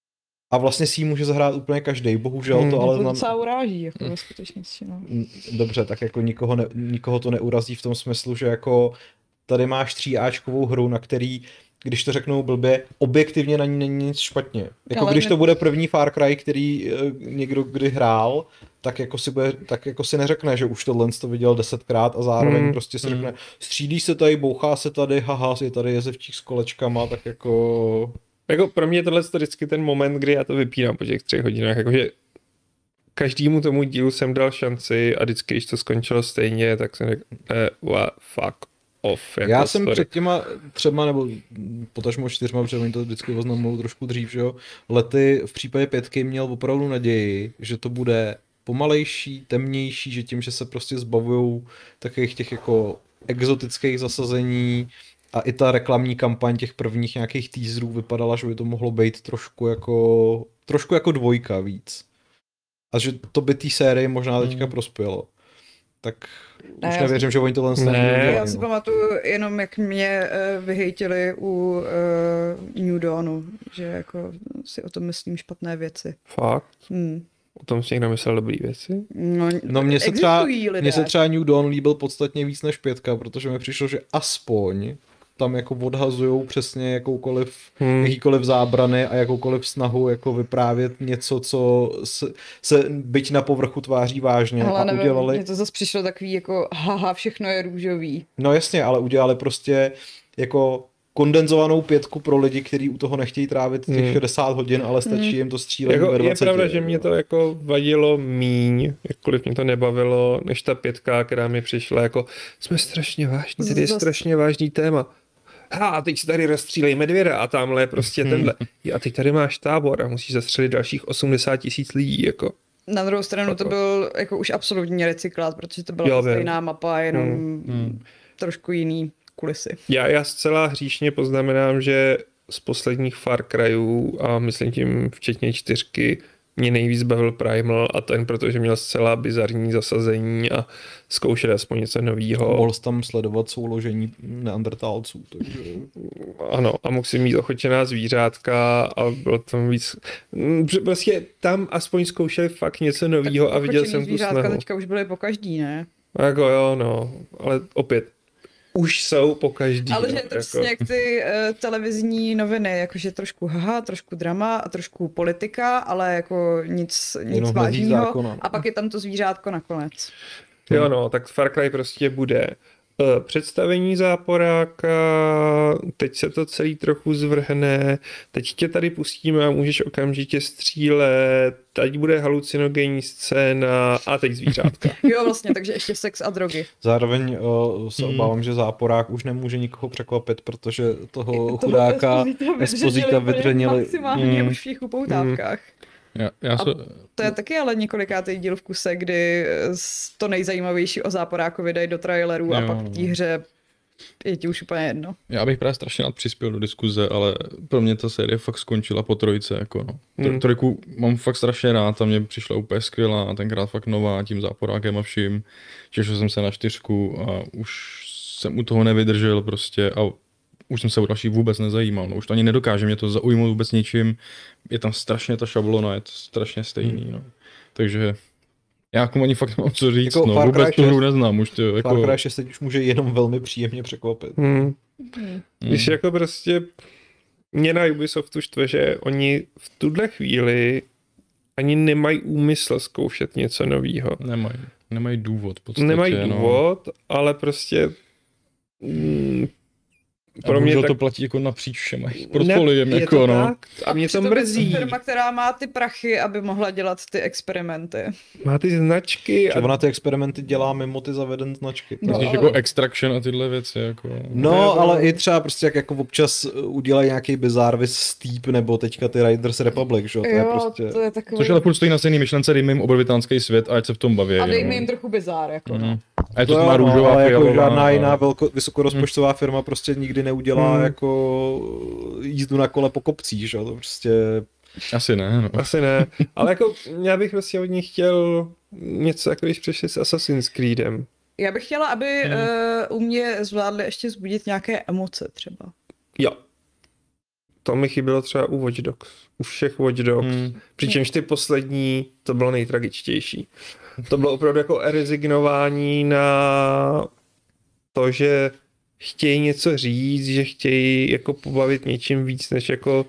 A vlastně si ji může zahrát úplně každý. Bohužel Hmm. to ale to znam... docela uráží, jako ve skutečnosti. No. Dobře, tak jako nikoho, ne, nikoho to neurazí v tom smyslu, že jako tady máš tříáčkovou hru, na který, když to řeknou blbě, objektivně na ní není nic špatně. Jako Ale když ne- to bude první Far Cry, který eh, někdo kdy hrál, tak jako si, bude, tak jako si neřekne, že už tohle to viděl desetkrát a zároveň Hmm, prostě si hmm. řekne, střídí se tady, bouchá se tady, haha, je tady jezevčík s kolečkama, tak jako... Jako pro mě je tohle vždycky ten moment, kdy já to vypínám po těch třech hodinách, jakože každému tomu dílu jsem dal šanci a vždycky, když to skončilo stejně, tak jsem řekl, eh, what, fuck off. Jako Já jsem sorry. před těma třema nebo potažmo čtyřma, protože oni to vždycky oznamují trošku dřív, že jo, lety v případě pětky měl opravdu naději, že to bude pomalejší, temnější, že tím, že se prostě zbavujou takových těch jako exotických zasazení a i ta reklamní kampaň těch prvních nějakých teaserů vypadala, že by to mohlo být trošku jako, trošku jako dvojka víc. A že to by té sérii možná teďka Hmm. prospělo. Tak Ne, už já nevěřím, že oni tohle Ne, snaží udělat, Já si no. pamatuju jenom, jak mě uh, vyhejtili u uh, New Dawnu, že jako si o tom myslím špatné věci. Fakt? Hmm. O tom si někdo myslel dobrý věci? No, No mně se, třeba, existují lidé. mně se třeba New Dawn líbil podstatně víc než pětka, protože mi přišlo, že aspoň tam jako odhazujou přesně jakoukoliv, Hmm. jakýkoliv zábrany a jakoukoliv snahu jako vyprávět něco, co se, se byť na povrchu tváří vážně. Ale a nevím, udělali, mně to zase přišlo takový jako haha, všechno je růžový. no jasně, ale udělali prostě jako kondenzovanou pětku pro lidi, kteří u toho nechtějí trávit těch Hmm. šedesát hodin, ale stačí Hmm. jim to střílení Jako, ve je dvaceti. pravda, že mě to jako vadilo míň, jakkoliv mě to nebavilo, než ta pětka, která mi přišla jako, jsme strašně vážní, tady je Zas- strašně vážný téma. Ha, a teď si tady rozstřílej medvěda a tamhle je prostě tenhle. Jo, a teď tady máš tábor a musíš zastřelit dalších osmdesát tisíc lidí, jako. Na druhou stranu to Fakt. byl jako už absolutní recyklát, protože to byla Jo, jo, vím. stejná mapa, jenom Hmm, hmm. trošku jiný kulisy. Já, já zcela hříšně poznamenám, že z posledních Far Cryů a myslím tím včetně čtyřky mě nejvíc bavil Primal a ten, protože měl zcela bizarní zasazení a zkoušel aspoň něco novýho. Mohl jsi tam sledovat souložení neandertálců, takže... Ano, a mohl si mít ochočená zvířátka a bylo tam víc... Mm, Prostě tam aspoň zkoušeli fakt něco novýho a viděl Ochočený jsem tu zvířátka snahu. teďka už byly po každý, ne? Jako jo, no, ale opět, už jsou po každý. Ale no, že je to přesně jak ty uh, televizní noviny, jakože trošku haha, trošku drama a trošku politika, ale jako nic, nic Jenom hledí vážného. zákona. A pak je tam to zvířátko nakonec. Jo no, tak Far Cry prostě bude eh, představení záporáka, teď se to celý trochu zvrhne, teď tě tady pustíme a můžeš okamžitě střílet, teď bude halucinogenní scéna a teď zvířátka. Jo, vlastně, takže ještě sex a drogy. Zároveň uh, se Hmm. obávám, že záporák už nemůže nikoho překvapit, protože toho Toho chudáka Esposita Esposita vydřenili. maximálně Mm. už v těch upoutávkách. Já, já A se, To je taky ale několikátý díl v kuse, kdy s- to nejzajímavější o záporákovi dají do trailerů a Jo, pak no. v té hře je ti už úplně jedno. Já bych právě strašně rád přispěl do diskuze, ale pro mě ta série fakt skončila po trojce, jako no. Tr- Hmm. Trojku mám fakt strašně rád, ta mě přišla úplně skvělá a tenkrát fakt nová tím záporákem a vším. Těšil jsem se na čtyřku a už jsem u toho nevydržel prostě a už jsem se o další vůbec nezajímal, no už to ani nedokáže mě to zaujmout vůbec ničím, je tam strašně ta šablona, je to strašně stejný, Hmm. no. Takže já jako ani fakt nemám co říct, Jako no, Far vůbec Cry tu hru šest neznám už, tyjo, Far jako... Cry šest teď už může jenom velmi příjemně překvapit. Hmm. Hmm. Když jako prostě mě na Ubisoftu štve, že oni v tuhle chvíli ani nemají úmysl zkoušet něco nového. Nemají, nemají důvod v podstatě, Nemají no. důvod, ale prostě mm, Pro pro mě to tak... platí jako napříč všema jejich portfoliem, Ne, je jako to no. tak, a mě to přitom je mrzí. firma, která má ty prachy, aby mohla dělat ty experimenty. Má ty značky Že a ona ty experimenty dělá mimo ty zavedené značky. No, Myslíš ale- jako Extraction a tyhle věci, jako... No, ale i třeba prostě jak jako občas udělají nějaký bizár vis Steep nebo teďka ty Riders Republic, že jo, to je Jo, prostě... to je takový... Což ale furt stojí na stejný myšlence, dejme jim obrovitánský svět a ať se v tom baví. A dejme jenom. jim trochu bizár, jako no. Mhm. A je to, To to jo, má no, růžová, ale jako fialová žádná a- jiná velko, vysokorozpočtová firma prostě nikdy neudělá Hmm. jako jízdu na kole po kopcích, že jo, to prostě... Asi ne, no. asi ne. Ale jako já bych vlastně od nich chtěl něco, jako když přišli s Assassin's Creedem. Já bych chtěla, aby Hmm. uh, u mě zvládli ještě vzbudit nějaké emoce třeba. Jo. To mi chybělo třeba u Watch Dogs. U všech Watch Dogs. Hmm. Přičemž ty poslední, to bylo nejtragičtější. To bylo opravdu jako rezignování na to, že chtějí něco říct, že chtějí jako pobavit něčím víc, než jako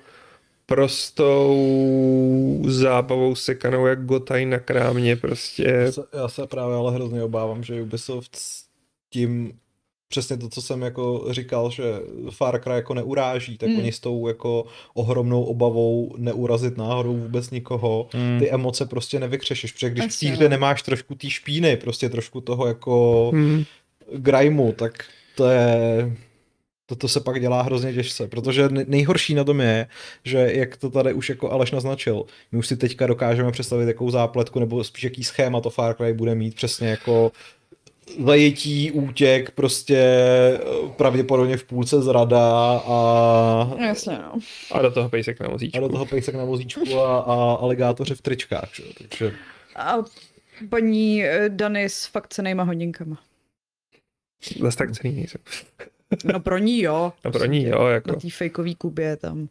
prostou zábavou sekanou jak Gotaj na krámě prostě. Já se, já se právě ale hrozně obávám, že Ubisoft s tím přesně to, co jsem jako říkal, že Far Cry jako neuráží, tak Hmm. oni s tou jako ohromnou obavou neurazit náhodou vůbec nikoho, Hmm. ty emoce prostě nevykřešeš, protože když v té Jasně, hře no. nemáš trošku té špíny, prostě trošku toho jako Hmm. grimeu, tak to je... Toto se pak dělá hrozně těžce, protože nej- nejhorší na tom je, že jak to tady už jako Aleš naznačil, my už si teďka dokážeme představit jakou zápletku nebo spíš jaký schéma to Far Cry bude mít, přesně jako zajetí, útěk, prostě eh, pravděpodobně v půlce zrada a, Jasně, no. A do toho pejsek na vozíčku. a do toho pejsek na vozíčku a, a aligátoři v tričkách, že? jo, takže A paní eh, Dany s fakt cenejma hodinkama. Zase tak cený nejsem. No pro ní jo. A pro ní jo, jako. Na té fejkový Kubě tam.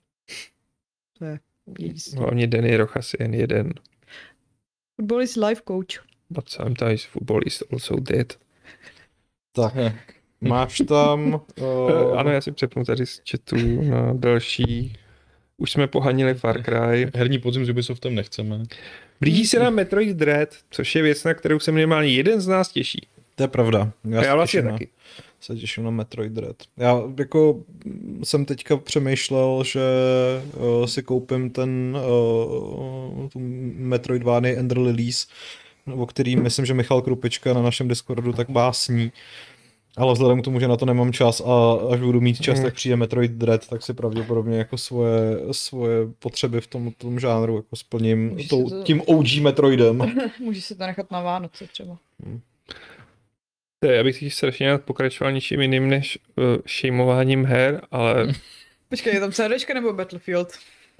To je její styl. Hlavně Danny Rojas je jen jeden. Football is life coach. But sometimes football is also dead. tak. Máš tam... Uh, ano, já si přepnu tady z chatu na další. Už jsme pohanili Far Cry. Herní podzim s Ubisoftem nechceme. Blíží se nám Metroid Dread, což je věc, na kterou se minimálně jeden z nás těší. To je pravda. Já, se já vlastně těším na- taky. se těším na Metroid Dread. Já jako jsem teďka přemýšlel, že uh, si koupím ten uh, tu Metroidvania Ender Lilies, o který myslím, že Michal Krupička na našem Discordu tak básní. Ale vzhledem k tomu, že na to nemám čas a až budu mít čas, Mm. tak přijde Metroid Dread, tak si pravděpodobně jako svoje, svoje potřeby v tom, tom žánru jako splním Můžeš tou, si to- tím O G Metroidem. Můžeš si to nechat na Vánoce třeba. To je, já bych si strašně rád pokračoval něčím jiným než uh, šejmováním her, ale Počkej, je tam CDčka nebo Battlefield?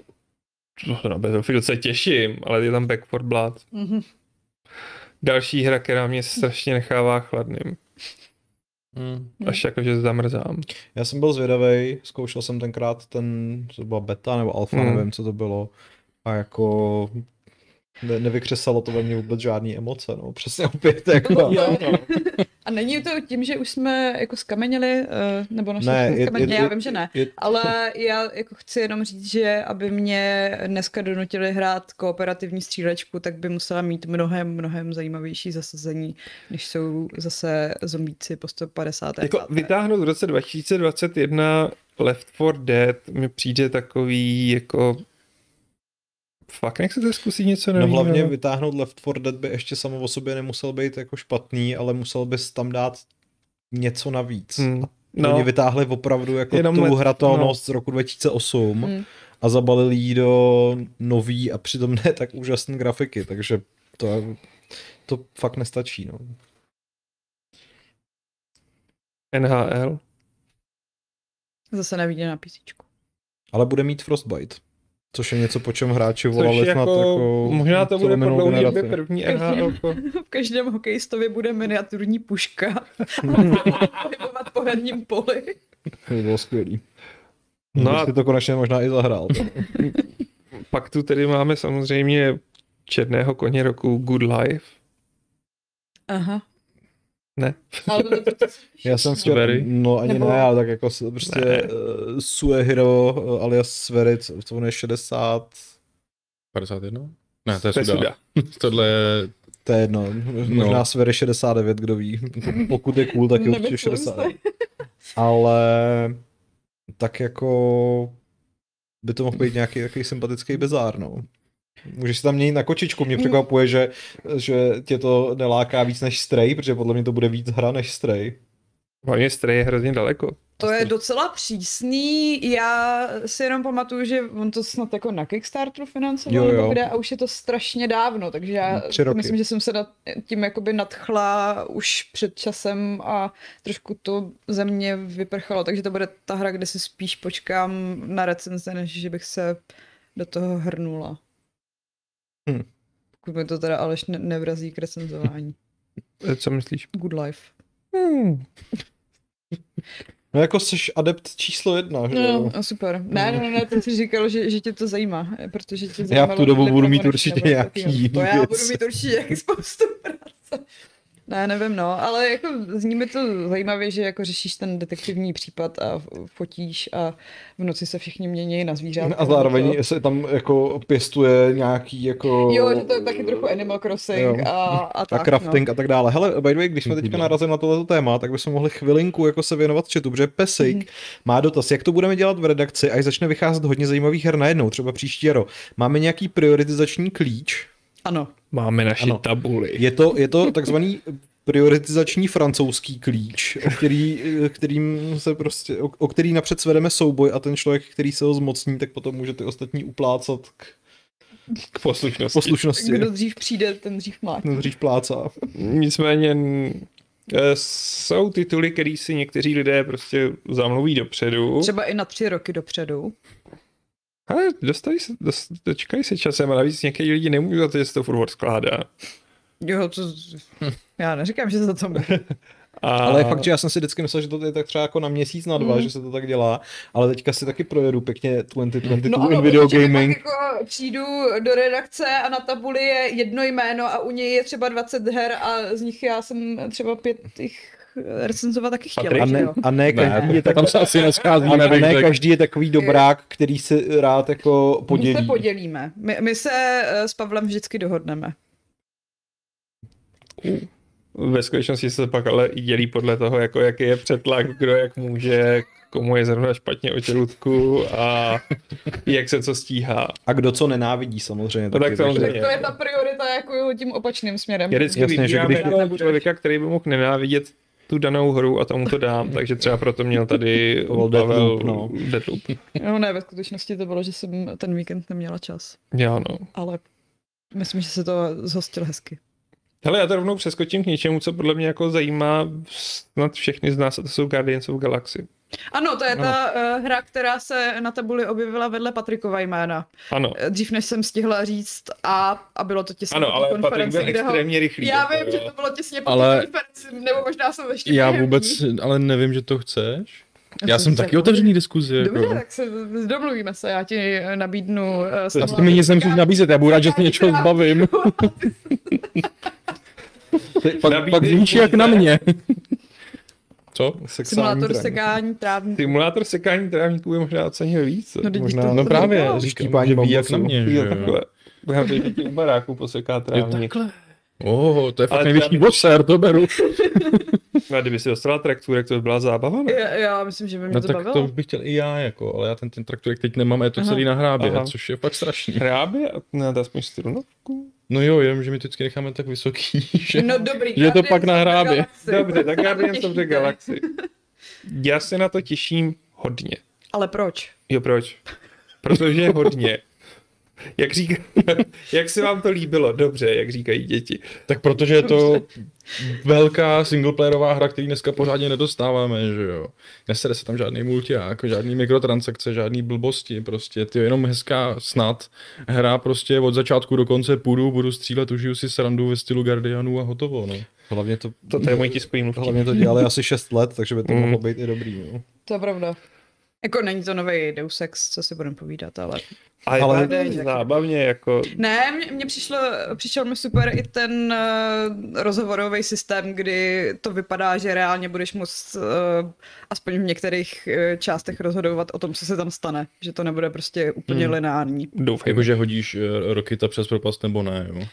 na Battlefield se těším, ale je tam Back four Blood. Mhm. Další hra, která mě strašně nechává chladným. Hmm. Až jakože zamrzám. Já jsem byl zvědavej, zkoušel jsem tenkrát ten, to byla beta nebo alfa, Hmm. nevím, co to bylo. A jako ne, nevykřesalo to ve mně vůbec žádný emoce, no, přesně opět, jako. Jo, no. A není to tím, že už jsme jako skameněli, eh, nebo naše Ne, je- skameněli, je- já vím, že ne. je- Ale já jako chci jenom říct, že aby mě dneska donutili hrát kooperativní střílečku, tak by musela mít mnohem, mnohem zajímavější zasazení, než jsou zase zombíci po sto padesát. Jako vytáhnout v roce dva tisíce dvacet jedna Left four Dead mi přijde takový jako fakt nechcete zkusit něco No nového? hlavně vytáhnout Left four Dead by ještě samo o sobě nemusel být jako špatný, ale musel bys tam dát něco navíc. Hmm. No. Oni No, vytáhli opravdu jako Jenom tu let- hratelnost z roku dva tisíce osm Hmm. a zabalili ji do nový a přitom ne tak úžasné grafiky, takže to, to fakt nestačí. No. N H L. Zase nevidím na písíčku. Ale bude mít Frostbite. Což je něco, po čem hráči volali Což snad jako, jako... možná to bude celou minulou prodloužit generaci. první N H L. V každém hokejistovi bude miniaturní puška. Pohybovat po herním poli. To bylo skvělý. No No a a to konečně možná i zahrál. pak tu tedy máme samozřejmě černého koně roku Good Life. Aha. Ne. Ale to, to, to, Já jsem včera, Svery? no ani Nebo- ne, ale tak jako s- prostě Ne. uh, Sue Hero uh, alias Svery, co co on je šedesát, padesát jedna? Ne, to je To je Suda. Suda. Tohle je... to je jedno, možná Svery šedesát devět, kdo ví. Pokud je cool, tak je určitě Nemyslím šedesát. si. Ale tak jako by to mohl být nějaký takový sympatický bizár, no. Můžeš si tam měnit na kočičku, mě překvapuje, že, že tě to neláká víc než Stray, protože podle mě to bude víc hra než Stray. Hlavně Stray je hrozně daleko. To je docela přísný, já si jenom pamatuju, že on to snad jako na Kickstarteru financoval, Jo, jo. nebo kde, a už je to strašně dávno, takže já Tři roky. myslím, že jsem se nad tím jakoby nadchla už před časem a trošku to ze mě vyprchalo, takže to bude ta hra, kde si spíš počkám na recenze, než že bych se do toho hrnula. Hm. Pokud mi to teda Aleš ne- nevrazí k recenzování. Eh, Co myslíš? Good life. Hmm. No jako jsi adept číslo jedna, že No, jo? no, super. Ne, ne, ne, ty jsi říkal, že, že tě to zajímá, protože tě Já v zajímalo, tu dobu jestli budu mít promodační určitě nebo nějaký takovýho. jiný To já budu věci. mít určitě nějaký spoustu práce. Ne, nevím, no, ale jako zní mi to zajímavě, že jako řešíš ten detektivní případ a fotíš a v noci se všichni mění na zvířátka. A zároveň se tam jako pěstuje nějaký jako... Jo, že to je taky trochu Animal Crossing Jo. a, a a tak, crafting no. a tak dále. Hele, by the way, když jsme teďka narazili na tohleto téma, tak bychom mohli chvilinku jako se věnovat chatu, protože Pesik Mhm. má dotaz, jak to budeme dělat v redakci, až začne vycházet hodně zajímavých her najednou, třeba příští jaro. Máme nějaký prioritizační klíč? Ano. Máme naši Ano. tabuly. Je to, je to takzvaný prioritizační francouzský klíč, o který, kterým se prostě, o, o který napřed svedeme souboj a ten člověk, který se ho zmocní, tak potom může ty ostatní uplácat k K poslušnosti. poslušnosti. Kdo dřív přijde, ten dřív má. Ten dřív plácá. Nicméně eh, jsou tituly, který si někteří lidé prostě zamluví dopředu. Třeba i na tři roky dopředu. Ale dostají se, dost, dočkají se časem a navíc některý lidi nemůžou za to, že se to furt skládá. Jo, to... Já neříkám, že za to může. A... Ale je fakt, že já jsem si vždycky myslel, že to je tak třeba jako na měsíc, na dva, Mm. že se to tak dělá, ale teďka si taky projedu pěkně dvacet dvacet dva No ano, in video protože gaming. pak jako přijdu do redakce a na tabuli je jedno jméno a u něj je třeba dvacet her a z nich já jsem třeba pět jich recenzovat taky chtěla. Patrik? A že ne, jo? a ne každý Ne, je tak, tam se asi neschází, a ne, nevím, ne tak- každý je takový dobrák, který si rád jako My podělí. se podělíme. My, my se eh, s Pavlem vždycky dohodneme. Ve skutečnosti se pak ale i dělí podle toho, jako jaký je přetlak, kdo jak může, komu je zrovna špatně o žaludku a jak se co stíhá. A kdo co nenávidí samozřejmě. No tak taky, samozřejmě. takže- Tak to je ta priorita jako tím opačným směrem. Já vždycky Jasně, že vybírám když- jednoho člověka, který by mohl nenávidět tu danou hru a tomu to dám, takže třeba proto měl tady To byl Pavel Deathloop, no. Deathloop. No ne, ve skutečnosti to bylo, že jsem ten víkend neměla čas. Já no. Ale myslím, že se to zhostil hezky. Hele, já to rovnou přeskočím k něčemu, co podle mě jako zajímá snad všechny z nás, a to jsou Guardians of Galaxy. Ano, to je ta uh, hra, která se na tabuli objevila vedle Patrikova jména. Ano, Eh, Dřív než jsem stihla říct a, a bylo to těsně ano, po té ale Patrik konferenci, byl kde ho... extrémně rychlý. Já jako, vím, že jo. to bylo těsně po Ale- té konferenci, nebo možná jsem ještě Já během vůbec, ní. ale nevím, že to chceš. Já jsem jsem se- taky otevřený diskuzi. Dobře, Jako. tak se domluvíme se, já ti nabídnu... Uh, Asi mi nic nemusíš nabízet, já budu rád, že se něčeho zbavím. Pak, Nabídej- pak zničí jak na mě. Co? Sexuální Simulátor trend. sekání trávníků. Simulátor sekání trávníků by možná ocenil víc. No, teď možná- to- No to právě, říkal. říkám, Štípání že ví jak bambusu. na mě. že Jo, jo. takhle. Budeme teď děti u baráku poseká Jo, trávník. takhle. Oh, to je fakt Ale největší třeba- boxer, to beru. No a kdyby si dostala traktůrek, to by byla zábava, ne? Já, já myslím, že by mě No to tak bavilo. to bych chtěl i já, jako, ale já ten, ten traktorek teď nemám a je to Aha. celý na hrábě, Aha. což je fakt strašný. Hrábě a ne, aspoň strunovku. No jo, jenom, že my to vždycky necháme tak vysoký, že... No dobrý. že je to Guardians pak na of the hrábě. Galaxy. Dobře, tak Na to Guardians of the těšíte. Galaxy. Já se na to těším hodně. Ale proč? Jo, proč? Protože hodně. Jak říká, jak se vám to líbilo? Dobře, jak říkají děti. Tak protože je to velká singleplayerová hra, který dneska pořádně nedostáváme, že jo. Nesede se tam žádný multiák, žádný mikrotransakce, žádný blbosti, prostě ty jenom hezká snad hra prostě od začátku do konce půjdu, budu střílet, užiju si srandu ve stylu Guardianů a hotovo, no. Hlavně to, To je můj tiskový mluvčí. hlavně to dělali asi šest let, takže by to Mm. mohlo být i dobrý. No. To je pravda. Jako není to nový Deus Ex, co si budeme povídat, ale... Ale, Ale- ale zábavně, jako... Ne, mně, mně přišlo, přišel mi super i ten uh, rozhovorový systém, kdy to vypadá, že reálně budeš moct uh, aspoň v některých uh, částech rozhodovat o tom, co se tam stane. Že to nebude prostě úplně Hmm. lineární. Doufám. Jakože hodíš uh, Rokita přes propast nebo ne, jo.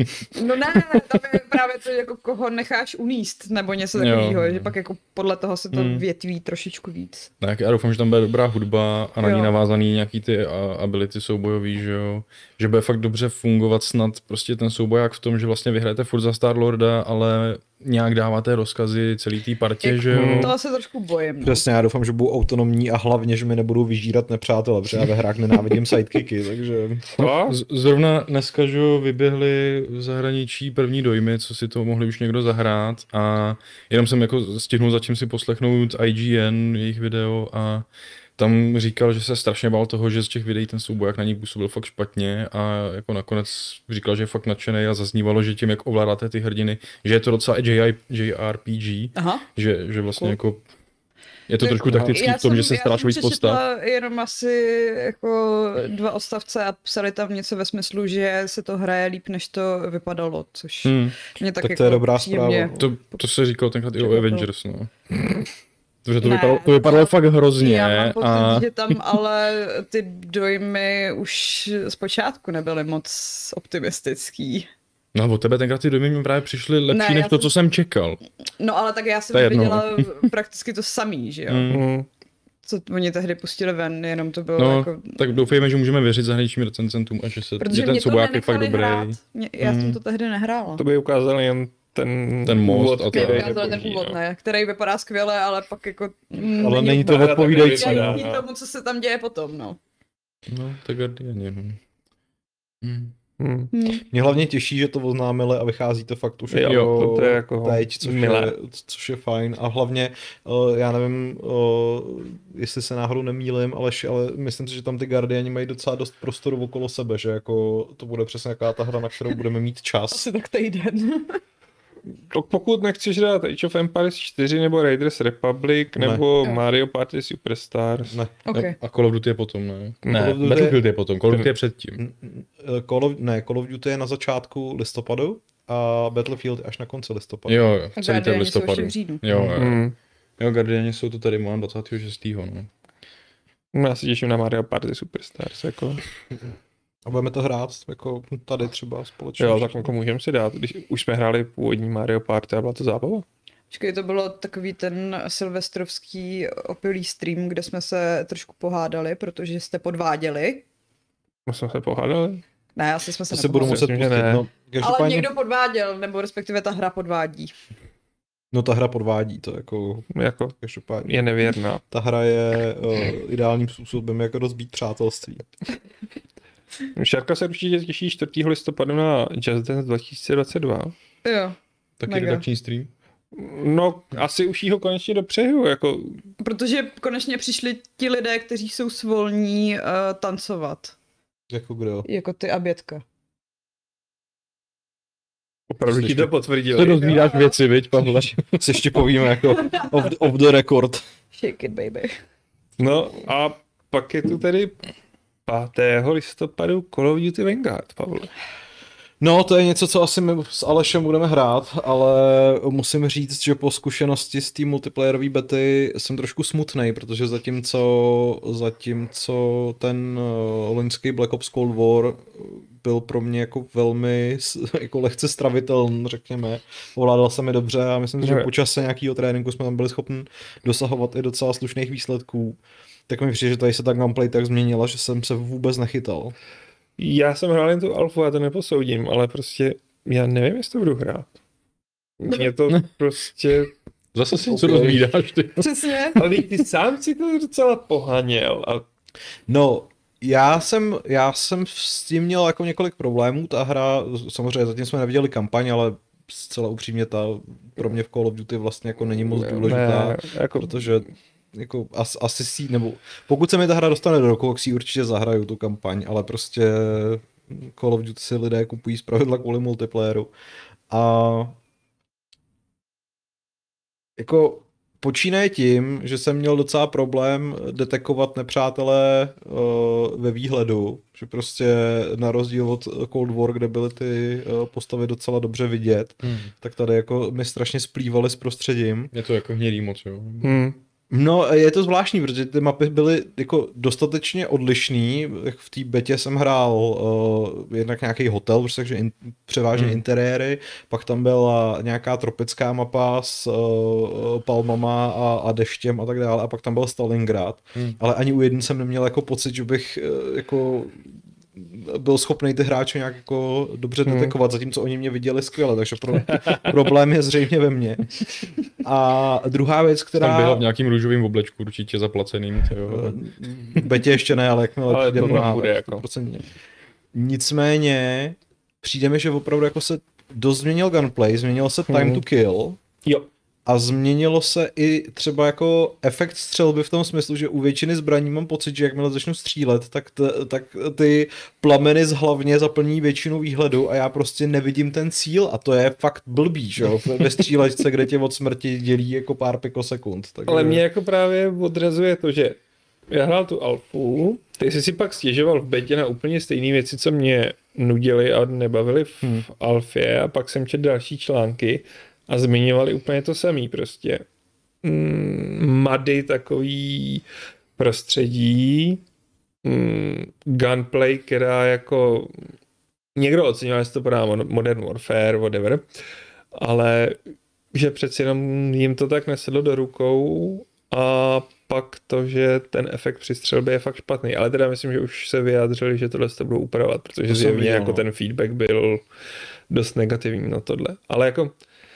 No ne, tam je právě to, jako koho necháš uníst, nebo něco Jo. takového, že pak jako podle toho se to Hmm. větví trošičku víc. Tak já doufám, že tam bude dobrá hudba a na ní Jo. navázaný nějaký ty a- ability soubojový, že jo. Že bude fakt dobře fungovat snad prostě ten souboják v tom, že vlastně vyhrajete furt za Star-Lorda, ale nějak dáváte rozkazy celý té partě, Jako, že jo. toho se trošku bojím. No. Přesně, já doufám, že budou autonomní a hlavně, že mi nebudou vyžírat nepřátele, protože já ve hrách nenávidím sidekicky, takže... Co? Z- Zrovna dneska, že jo, vyběhly v zahraničí první dojmy, co si to mohli už někdo zahrát a jenom jsem jako stihnul zatím si poslechnout I G N, jejich video a tam říkal, že se strašně bál toho, že z těch videí ten souboják na ní působil fakt špatně a jako nakonec říkal, že je fakt nadšený a zaznívalo, že tím, jak ovládáte ty hrdiny, že je to docela J I J R P G, Aha. že, že vlastně Cool. jako je to Tak trošku taktický já v tom, jsem- že se staráš víc Já jsem postav. přečetla jenom asi jako dva odstavce a psali tam něco ve smyslu, že se to hraje líp, než to vypadalo, což Hmm. mě tak, Tak to jako je dobrá příjemně... zpráva. To, to se říkalo tenkrát i o Překvapilo. Avengers, no. Protože to, Ne. vypadalo, to vypadalo fakt hrozně Já mám pocit, a že tam ale ty dojmy už zpočátku nebyly moc optimistický. no, od tebe tenkrát ty dojmy mi právě přišly lepší Ne, než já to, jsem- co jsem čekal. No ale tak já To je jsem jedno. viděla prakticky to samý, že jo? Mm. Mm. Co oni tehdy pustili ven, jenom to bylo No, jako... tak doufejme, že můžeme věřit zahraničním recenzentům a že, se, Protože že ten mě to souboják je fakt nenechali dobrý. hrát. Mě, já Mm. jsem to tehdy nehrála. To by ukázal jen ten, Ten most úvod, a to. který je Ukázali ten boží, úvod, no. ne, který vypadá skvěle, ale pak jako... mm, Ale není to úplně odpovídající. takový odpovídající vypadá, no. tomu, co se tam děje potom, no. No, tak Guardiani, no. Mm. Hmm. Hmm. Mě hlavně těší, že to oznámili a vychází to fakt už Jo, jako to- to je jako teď, což milé. je, což je fajn. A hlavně, uh, já nevím, uh, jestli se náhodou nemýlim, ale, š- ale myslím si, že tam ty Guardiani mají docela dost prostoru okolo sebe, že jako to bude přesně jaká ta hra, na kterou budeme mít čas. Asi tak týden. To pokud nechceš hrát Age of Empires čtyři nebo Raiders Republic Ne. nebo Jo. Mario Party Superstars. Ne. OK. A Call of Duty je potom, ne? Call Ne, of Duty- Battlefield je potom, Call of Duty je předtím. N- n- Call of, ne, Call of Duty je na začátku listopadu a Battlefield je až na konci listopadu. Jo, jo, A celý ten Guardiani jsou listopadu. ještě v říjnu. Jo, jo. Hmm. Jo, Guardiani jsou to tady, mám dvacátého šestého no. No, já se těším na Mario Party Superstars. Jako. A budeme to hrát jako tady třeba společně. Jo, tak jako můžeme si dát, když už jsme hráli původní Mario Party a byla to zábava. Počkej, to bylo takový ten silvestrovský opilý stream, kde jsme se trošku pohádali, protože jste podváděli. My jsme se pohádali. Ne, asi jsme se To se budu nepohádali. muset Myslím, že pustit. ne. No, Ale každopádně, někdo podváděl, nebo respektive ta hra podvádí. no ta hra podvádí to jako, Jako každopádně. je nevěrná. Ta hra je uh, ideálním způsobem, jak rozbít přátelství. Šárka se určitě těší čtvrtého listopadu na Just Dance dva tisíce dvacet dva. Jo, Taky Mega. redakční stream. No, asi už jí ho konečně dopřeju, jako protože konečně přišli ti lidé, kteří jsou svolní uh, tancovat. Jako kdo? Jako ty a Bětka. opravdu ti to To potvrdili. dozvídáš věci, viď, Pavle? Si ještě povíme jako off, off the record. Shake it, baby. No a pak je tu tedy pátého listopadu Call of Duty Vanguard, Pavle. No, to je něco, co asi my s Alešem budeme hrát, ale musím říct, že po zkušenosti z té multiplayerové bety jsem trošku smutnej, protože zatímco, zatímco ten uh, loňský Black Ops Cold War byl pro mě jako velmi s- jako lehce stravitelný, řekněme. Ovládal se mi dobře a myslím si, že Ne. po čase nějakého tréninku jsme tam byli schopni dosahovat i docela slušných výsledků. Tak mi přijde, že tady se ta gameplay tak změnila, že jsem se vůbec nechytal. Já jsem hrál jen tu alfu, já to neposoudím, ale prostě já nevím, jestli to budu hrát. Mě to prostě... Zase si něco Ok. dozvídáš, ty. Přesně. Ale teď ty sám si to docela pohaněl. A No, Já jsem, já jsem s tím měl jako několik problémů, ta hra, samozřejmě zatím jsme neviděli kampaň, ale zcela upřímně ta pro mě v Call of Duty vlastně jako není moc důležitá, Ne, jako- protože jako as, asi si, nebo pokud se mi ta hra dostane do rukou, tak si ji určitě zahraju tu kampaň, ale prostě Call of Duty si lidé kupují zpravidla kvůli multiplayeru. A jako počínaje tím, že jsem měl docela problém detekovat nepřátelé uh, ve výhledu, že prostě na rozdíl od Cold War, kde byly ty uh, postavy docela dobře vidět, Hmm. tak tady jako mi strašně splývaly s prostředím. Je to jako hnědý moc, jo. Hmm. No, je to zvláštní, protože ty mapy byly jako dostatečně odlišný. V té betě jsem hrál uh, jednak nějaký hotel, takže in, převážně Hmm. interiéry, pak tam byla nějaká tropická mapa s uh, palmama a, a deštěm a tak dále, a pak tam byl Stalingrad. Hmm. Ale ani u jedné jsem neměl jako pocit, že bych uh, jako byl schopný ty hráče nějak jako dobře Hmm. detekovat, zatímco oni mě viděli skvěle, takže pro, problém je zřejmě ve mně. A druhá věc, která... Tam byl v nějakým růžovým oblečku, určitě zaplaceným. Jo. V betě ještě ne, ale jakmile Ale přijde to tam plná, bude tak jako. sto procent. Nicméně přijde mi, že opravdu jako se dost změnil gunplay, změnilo se time Hmm. to kill Jo. a změnilo se i třeba jako efekt střelby v tom smyslu, že u většiny zbraní mám pocit, že jakmile začnu střílet, tak, t- tak ty plameny z hlavně zaplní většinu výhledu a já prostě nevidím ten cíl a to je fakt blbý, že jo, ve střílečce, kde tě od smrti dělí jako pár pikosekund. Takže... Ale mě jako právě odrazuje to, že já hrál tu alfu, ty jsi si pak stěžoval v betě na úplně stejné věci, co mě nudily a nebavily v Hmm. alfě, a pak jsem četl další články a zmiňovali úplně to samý prostě. Mm, mady, takový prostředí, mm, gunplay, která jako někdo oceňoval, jestli to podá Modern Warfare, whatever, ale že přeci jenom jim to tak nesedlo do rukou a pak to, že ten efekt při střelbě je fakt špatný. Ale teda myslím, že už se vyjádřili, že tohle to budou upravovat, protože To jsem zjevně viděl, jako no. ten feedback byl dost negativní na tohle. Ale jako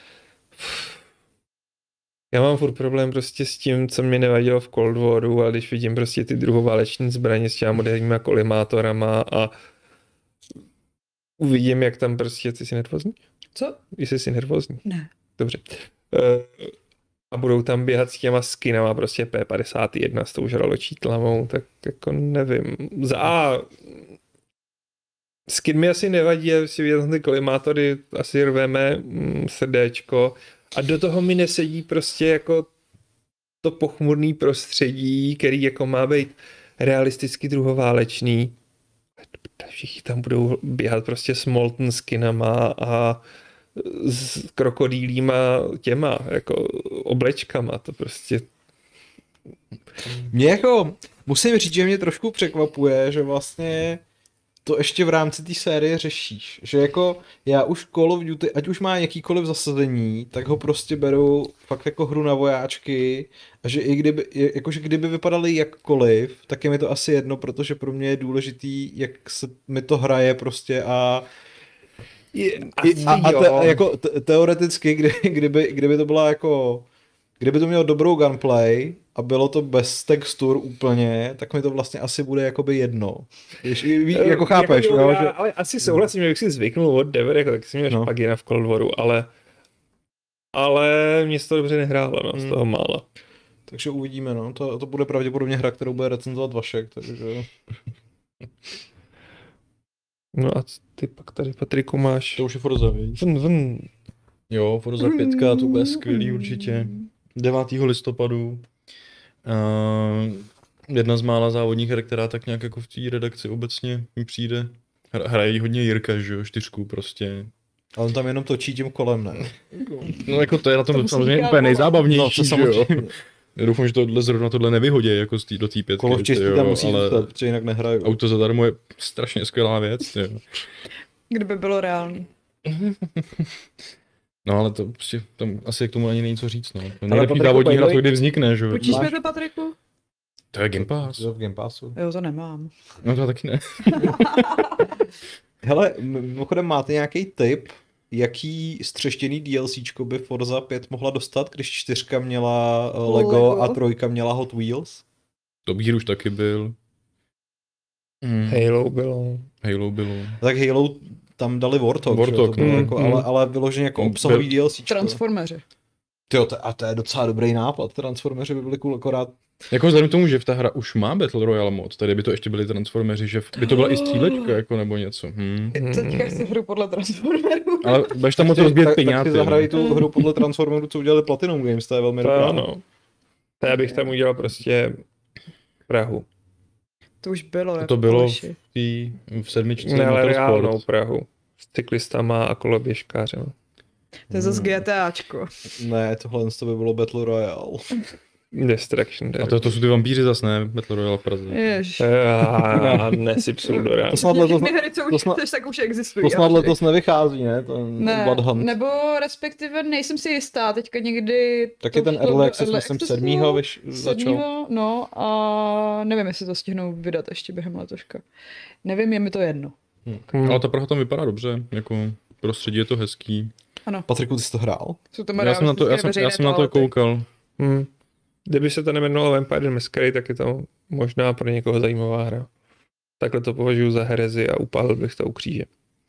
já mám furt problém prostě s tím, co mě nevadilo v Cold Waru, a když vidím prostě ty druhováleční zbraně s těma moderníma kolimátorama a uvidím, jak tam prostě, ty jsi nervózní? Co? Jestli jsi nervózní. Ne. Dobře. Uh, a budou tam běhat s těma skinama prostě P padesát jedna s tou žraločí tlamou, tak jako nevím. Za A, skin mi asi nevadí, já si viděl ty kolimátory, asi rveme mm, srdéčko a do toho mi nesedí prostě jako to pochmurný prostředí, který jako má být realisticky druhoválečný. Všichni tam budou běhat prostě s molten skinama a s krokodýlíma těma, jako oblečkama, to prostě... Mě jako, musím říct, že mě trošku překvapuje, že vlastně to ještě v rámci té série řešíš. Že jako já už Call of Duty, ať už má jakýkoliv zasazení, tak ho prostě beru fakt jako hru na vojáčky a že i kdyby, jakože kdyby vypadaly jakkoliv, tak je mi to asi jedno, protože pro mě je důležitý, jak se mi to hraje prostě a Je, I, a, a te, jako te, teoreticky, kdy, kdyby, kdyby to byla jako, kdyby to mělo dobrou gunplay a bylo to bez textur úplně, tak mi to vlastně asi bude jakoby jedno. Víš, ví, jako chápeš, jako, jo, já, že... ale asi souhlasím, že bych si zvyknul od Dever, jako tak si měl No. špagina v Cold Waru, ale ale mě to dobře nehrálo, no, z Hmm. toho mála. Takže uvidíme, no. To, to bude pravděpodobně hra, kterou bude recenzovat Vašek, takže... No a ty pak tady, Patriku, máš... To už je Forza, víš? Vn, vn. Jo, Forza pět, to bude skvělý určitě. devátého listopadu. Uh, jedna z mála závodních her, která tak nějak jako v té redakci obecně mi přijde. Hra- Hrají hodně Jirka, že jo, čtyřku prostě. Ale on tam jenom točí tím kolem, ne? No jako to je na tom To musí samozřejmě říkat úplně Vova. nejzábavnější, No, to že jo. samozřejmě. Já doufám, že tohle zrovna tohle nevyhodí jako z tý, do té pětky. Kolo v čistí jo, tam musí ale zůstat, protože jinak nehraju. auto zadarmo je strašně skvělá věc, jo. Kdyby bylo reálný. No ale to prostě, tam asi k tomu ani není co říct, no. To Ale nejlepší Patriku, závodní hra, by the co kdy vznikne, že jo. Počíš Máš- mi to, Patriku? To je Game Pass. To v Game Passu. Jo, to nemám. No to taky ne. Hele, mimochodem máte nějaký tip, jaký střeštěný DLCčko by Forza pět mohla dostat, když čtyřka měla uh, Lego, Lego. a trojka měla Hot Wheels? To už taky byl. Mm. Halo bylo. Halo bylo. Tak Halo tam dali Warthog, Warthog, že jo, to bylo no. jako, Mm. ale, ale vyloženě jako Mm. obsahový DLCčko. Transformeři. Tyjo, to, a to je docela dobrý nápad, Transformeři by byli cool, akorát Jako vzhledem k tomu, že v ta hra už má Battle Royale mod, tady by to ještě byli Transformeři, že v- by to byla i střílečka jako nebo něco. Hm. Teďka chci hru podle Transformerů. Ale budeš tam moc tak, rozbíjet tak, tak peňáty. si zahrají tu hru podle Transformerů, co udělali Platinum Games, to je velmi To dobrá. ano. To já bych tam udělal prostě Prahu. To už bylo. To jako bylo Aleši. v, tý, v sedmičce Ne, ale reálnou Motorsport. Prahu. S cyklistama a koloběžkářem. To je zase GTAčko. Ne, tohle to by bylo Battle Royale. Destruction A Derby. to, to jsou ty vampíři zas, ne? Battle Royale v Praze. Jež. A nesypsou do rána. To snad letos, Všechny hry, co to už snad- chceš, tak už existují. to snad letos nevychází, ne? Ten Ne, Blood Hunt. nebo respektive nejsem si jistá, teďka někdy... Tak to je ten šlo Early do Access, Early myslím, Accessu, sedmýho vyš, začal. sedmýho, no a nevím, jestli to stihnou vydat ještě během letoška. Nevím, je mi to jedno. Hmm. Ale ta Praha tam vypadá dobře, jako prostředí je to hezký. Ano, Patriku, ty jsi to hrál? jsou tam Já jsem na to, já jsem, já jsem na to koukal. Hmm. Kdyby se to nemenovalo Vampire the Masquerade, tak je to možná pro někoho zajímavá hra. Takhle to považuji za herezi a upálil bych to u kříže.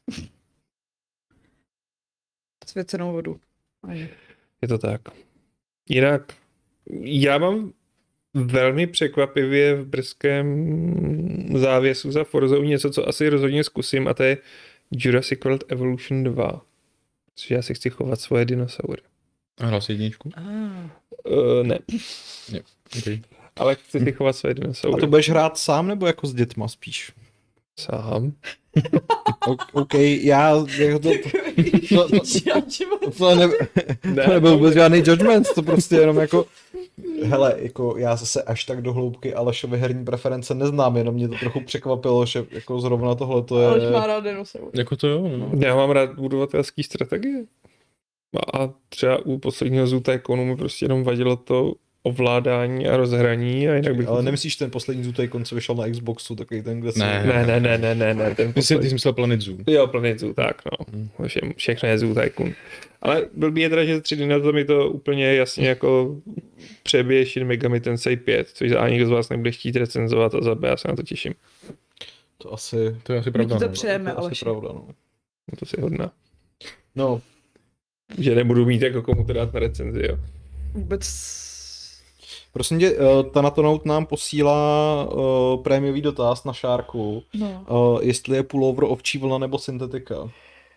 Svěcenou vodu. Aj. Je to tak. Jinak, já mám velmi překvapivě v brzkém závěsu za Forzou něco, co asi rozhodně zkusím, a to je Jurassic World Evolution dva. Což já si chci chovat svoje dinosaury. A hrál jsi jedničku? Ah. Uh, ne, Okay. ale chci si chovat svoje A dinosaury. to budeš hrát sám nebo jako s dětma spíš? Sám. O- OK, já... Jako to, to, to, to, ne, Ne, to nebyl vůbec žádný judgment, to prostě jenom jako... Hele, jako já zase až tak do hloubky Alešovy herní preference neznám, jenom mě to trochu překvapilo, že jako zrovna tohle to Aleš je... má rád dinosaury. Jako to jo, no. Já mám rád budovatelský strategie. A třeba u posledního Zoo Tycoonu mi prostě jenom vadilo to ovládání a rozhraní a jinak bych... Ale nemyslíš ten poslední Zoo Tycoon, co vyšel na Xboxu, takový ten, kde se... Ne. Ne, ne, ne, ne, ne, ne, ten Ty jsi, ty poslední. jsi myslel Planet Zoo. Jo, Planet Zoo, tak no. Hmm. Vše, všechno je Zoo Tycoon. Ale blbý je teda, že tři dny na to mi to úplně jasně jako přebije Shin Megami Tensei pět, což za A nikdo z vás nebude chtít recenzovat a za B já se na to těším. To asi... To je asi My pravda. ti to no. přejeme, to asi Aleši. pravda, no. No to si hodná. No, Že nebudu mít jako komu to dát na recenzi, jo. Vůbec... prosím tě, uh, Tanatonout nám posílá uh, prémiový dotaz na šárku, No. uh, jestli je pullover ovčí vlna nebo syntetika.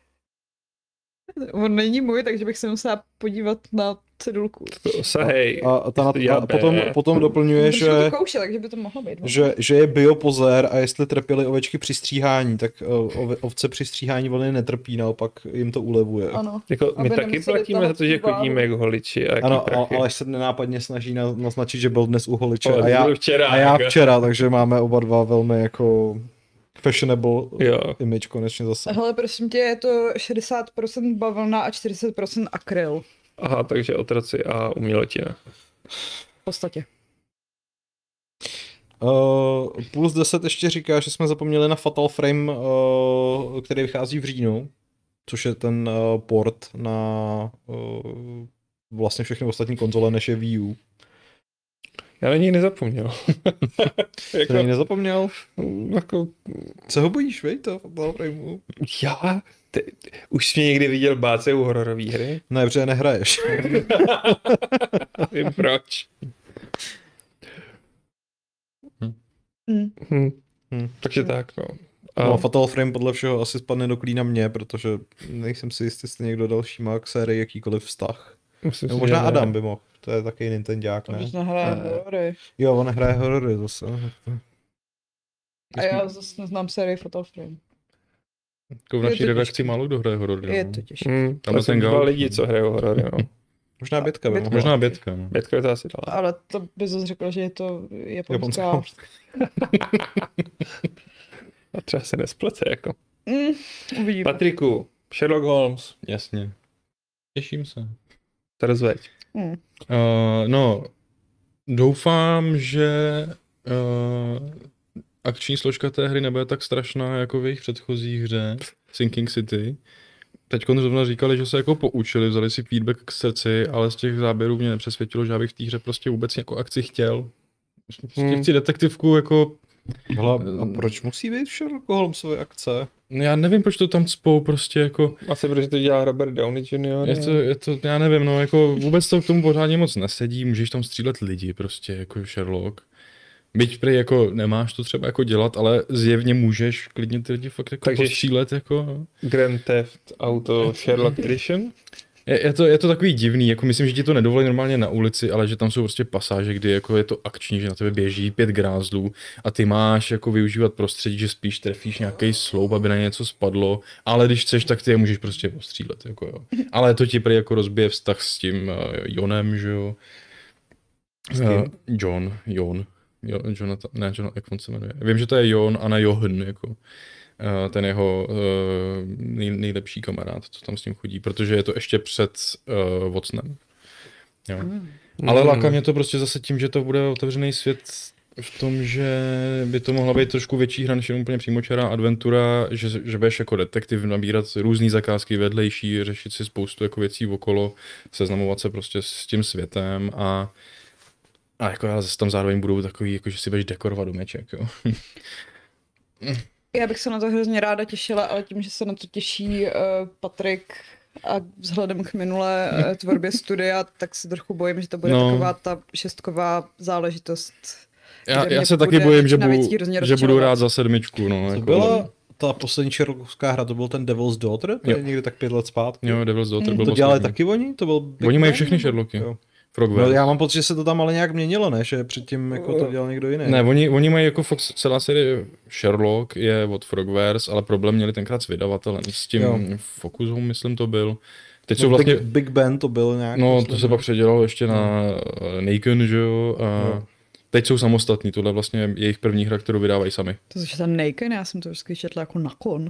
On není můj, takže bych se musela podívat na cedulku. To sahej. A, a, Tanat, Já a potom, B. potom doplňuje, Protože že... to kouše, takže by to mohlo být. Že, že je biopozér a jestli trpěly ovečky při stříhání, tak uh, ove, ovce při stříhání vlny netrpí, naopak jim to ulevuje. Ano. Jako, my Aby taky nemuseli platíme za tahat to, že tu váhu. chodíme jako holiči a jaký Ano, prachy. a, ale se nenápadně snaží na, naznačit, že byl dnes u holiče. Ale A já, byl včera, a já jako. včera, takže máme oba dva velmi jako fashionable Jo. image konečně zase. Hele, prosím tě, je to šedesát procent bavlna a čtyřicet procent akryl. Aha, takže otroci a uměletina. V podstatě. Uh, plus deset ještě říká, že jsme zapomněli na Fatal Frame, uh, který vychází v říjnu, což je ten uh, port na uh, vlastně všechny ostatní konzole, než je Wii U. Já na něj nezapomněl. jako, To jsi nezapomněl? jako, Co ho bojíš, vej, to Fatal Frameu? já? Ty, už jsi mě někdy viděl báce u hororové hry? Ne, protože nehraješ. Vím proč. Mm. Hm. Hm. Takže tak, no. A No, Fatal Frame podle všeho asi spadne do klína mě, protože nejsem si jistý, jestli někdo další má k sérii jakýkoliv vztah. myslím No, si, možná že ne. Adam by mohl, to je taky Nintendák, ne? Protože nehraje Ne. horory. Jo, on hraje horory zase. A já zase neznám sérii Fatal Frame. Jako v Je naší to redakci těžké. málo kdo hraje horor. Je no. to těžké. Hm, Tam tam je jsou ten dva Gauč, lidi, no. co hrajou horory, no. Možná Bětka by Bětka. mohla. Možná Bětka. No. Bětka to asi dala. Ale to by zase řekl, že je to japonská. Japonská. A třeba se nesplete, jako. Mm, uvidíme. Patriku, Sherlock Holmes, Jasně. Těším se. to rozveď. Mm. Uh, no, doufám, že uh, akční složka té hry nebude tak strašná jako v jejich předchozí hře Sinking City. Teď zrovna říkali, že se jako poučili, vzali si feedback k srdci, ale z těch záběrů mě nepřesvědčilo, že já bych v té hře prostě vůbec jako akci chtěl. Prostě Hmm. chci detektivku jako Hele, a proč musí být Sherlock Holmesové akce? No já nevím, proč to tam cpou, prostě jako, Asi protože to dělá Robert Downey junior je to, je to, já nevím, no jako vůbec to k tomu pořádně moc nesedí, můžeš tam střílet lidi prostě, jako Sherlock. Byť prý jako nemáš to třeba jako dělat, ale zjevně můžeš klidně ty lidi fakt jako Takže postřílet, jako. Grand Theft Auto Sherlock Edition. Je, je, to, je to takový divný, jako myslím, že ti to nedovolí normálně na ulici, ale že tam jsou prostě pasáže, kdy jako je to akční, že na tebe běží pět grázlů a ty máš jako využívat prostředí, že spíš trefíš nějaký sloup, aby na něco spadlo, ale když chceš, tak ty je můžeš prostě postřílet, jako jo. Ale to ti prý jako rozbije vztah s tím uh, Jonem, že jo. Uh, John, Jon. Jo, Jonathan, ne, John, jak on se jmenuje. Vím, že to je Jon a ne Johan, jako. Uh, ten jeho uh, nej, nejlepší kamarád, co tam s ním chodí, protože je to ještě před uh, Watsonem. Jo. Mm. Ale láká mě to prostě zase tím, že to bude otevřený svět v tom, že by to mohla být trošku větší hra než jenom úplně přímočará adventura, že, že budeš jako detektiv nabírat různý zakázky vedlejší, řešit si spoustu jako věcí okolo, seznamovat se prostě s tím světem a a jako já zase tam zároveň budou takový, jako že si budeš dekorovat domeček, jo. Já bych se na to hrozně ráda těšila, ale tím, že se na to těší uh, Patrik a vzhledem k minulé uh, tvorbě studia, tak se trochu bojím, že to bude No. taková ta šestková záležitost. Já, kde já mě se taky bude bojím, že, většina budu, věcí hrozně že budu rozčilovat. rád za sedmičku, no. To Jako, byla ta poslední Sherlockovská hra, to byl ten Devil's Daughter, to Jo. je někdy tak pět let zpátky. Jo, Devil's Daughter Mm. byl To dělali poslední. taky oni? To byl Big Oni mají Ben? všechny Sherlocky. Jo. No, Frogwares. já mám pocit, že se to tam ale nějak měnilo, ne? Že předtím jako to dělal někdo jiný. Ne, oni, oni mají jako Fox, celá série Sherlock je od Frogwares, ale problém měli tenkrát s vydavatelem, s tím Jo. Focus Home, myslím to byl. Teď No, jsou vlastně, Big, Big Ben to byl nějak. no myslím, to se pak předělalo ještě na uh, Nakon, že jo, a Jo. teď jsou samostatní, tohle je vlastně jejich první hra, kterou vydávají sami. To je ten Nakon, já jsem to vždycky četla jako nakon.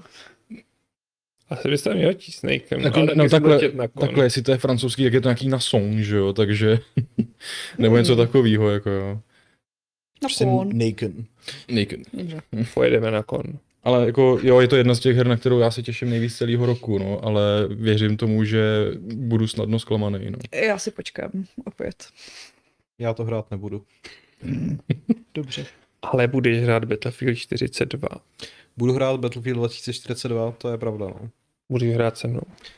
Asi byste tam měl číst Snakem, Jako, ale no taky takhle, jsem na kon. takhle, jestli to je francouzský, tak je to nějaký na song, že jo, takže, nebo něco takového, jako jo. Prostě Nakon. Nakon. Nakon. Dobře. Pojedeme na kon. Ale jako, jo, je to jedna z těch her, na kterou já se těším nejvíc celého roku, no, ale věřím tomu, že budu snadno zklamaný, no. Já si počkám opět. Já to hrát nebudu. Dobře. Ale budeš hrát Battlefield čtyřicet dva. Budu hrát Battlefield dva tisíce čtyřicet dva, to je pravda, no. Budeš hrát se mnou.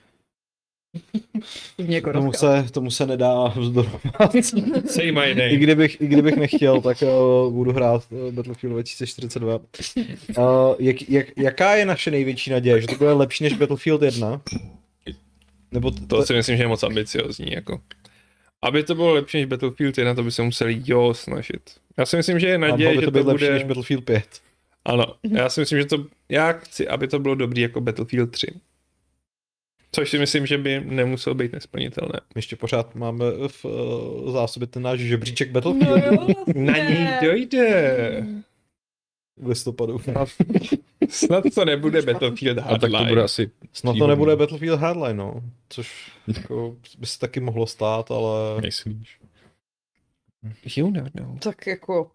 Mě jako Tomu se, tomu se nedá vzdorovat. Say my name. I kdybych, I kdybych nechtěl, tak uh, budu hrát uh, Battlefield dva tisíce čtyřicet dva. Uh, jak, jak, jaká je naše největší naděje? Že to bude lepší než Battlefield jedna? Nebo t- To si myslím, že je moc ambiciozní, jako. Aby to bylo lepší než Battlefield jedna, to by se museli jo snažit. Já si myslím, že je naděje, aby že to to být lepší bude... než Battlefield pět. Ano, já si myslím, že to... Já chci, aby to bylo dobrý jako Battlefield tři. Což si myslím, že by nemuselo být nesplnitelné. Ještě pořád máme v uh, zásobě ten náš žebříček No Battlefield jo, Na ní dojde. v listopadu. Snad to nebude Battlefield A tak to bude Hardline. asi, Snad to Příhodný. nebude Battlefield Hardline, no. Což jako, by se taky mohlo stát, ale... myslíš. You never know. Tak jako...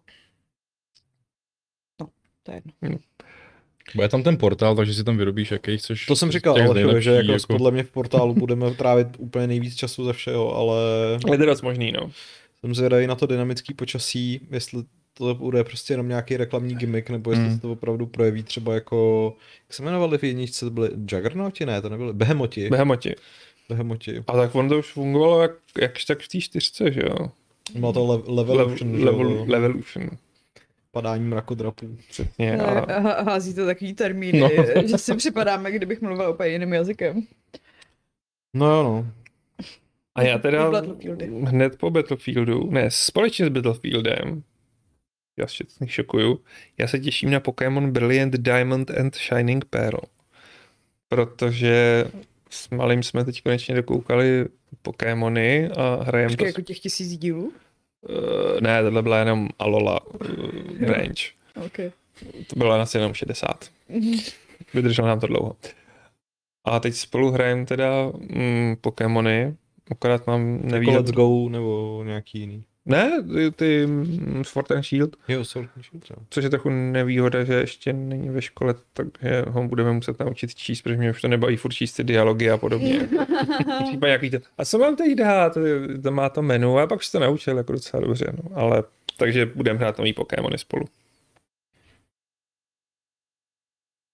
No, to je jedno. Bude tam ten portál, takže si tam vyrobíš, jaký chceš. To jsem z říkal, těch ale nejlepší, že jako, podle mě v portálu budeme trávit úplně nejvíc času ze všeho, ale Je to dost možný, no. jsem zvědavý na to dynamický počasí, jestli to bude prostě jenom nějaký reklamní gimmick, nebo jestli Mm. se to opravdu projeví třeba jako, jak se jmenovali v jedničce, to byly Juggernauti? Ne, to nebyly, Behemoti. Behemoti. Behemoti. A tak on to už fungovalo jak, jakž tak v té čtyřce, že jo? Má to le- Levolution, že level, jo, Levolution. padání mrakodrapů. Přesně. Ne, A há- Hází to takový termíny, No. že si připadáme, kdybych mluvil úplně jiným jazykem. No jo, no. A já teda Battlefieldy. hned po Battlefieldu, ne, společně s Battlefieldem, já se šokuju, já se těším na Pokémon Brilliant Diamond and Shining Pearl. Protože s malým jsme teď konečně dokoukali Pokémony a hrajeme to... Počkej, jako těch tisíc dílů? Uh, ne, tohle byla jenom Alola uh, branch. Okay. To bylo nás jenom šedesát. Mhm. Vydrželo nám to dlouho. A teď spolu hrajeme teda mm, Pokémony, akorát mám Jako nevýhodu. Let's Go nebo nějaký jiný. Ne, ty, ty mm, Sword and Shield, Jo, Sword and Shield třeba. což je trochu nevýhoda, že ještě není ve škole, takže ho budeme muset naučit číst, protože mě už to nebaví furt číst ty dialogy a podobně. Případně jaký to, a co mám teď dát? To má to menu a pak už to naučil jako docela dobře, no. Ale takže budeme hrát nový Pokémony spolu.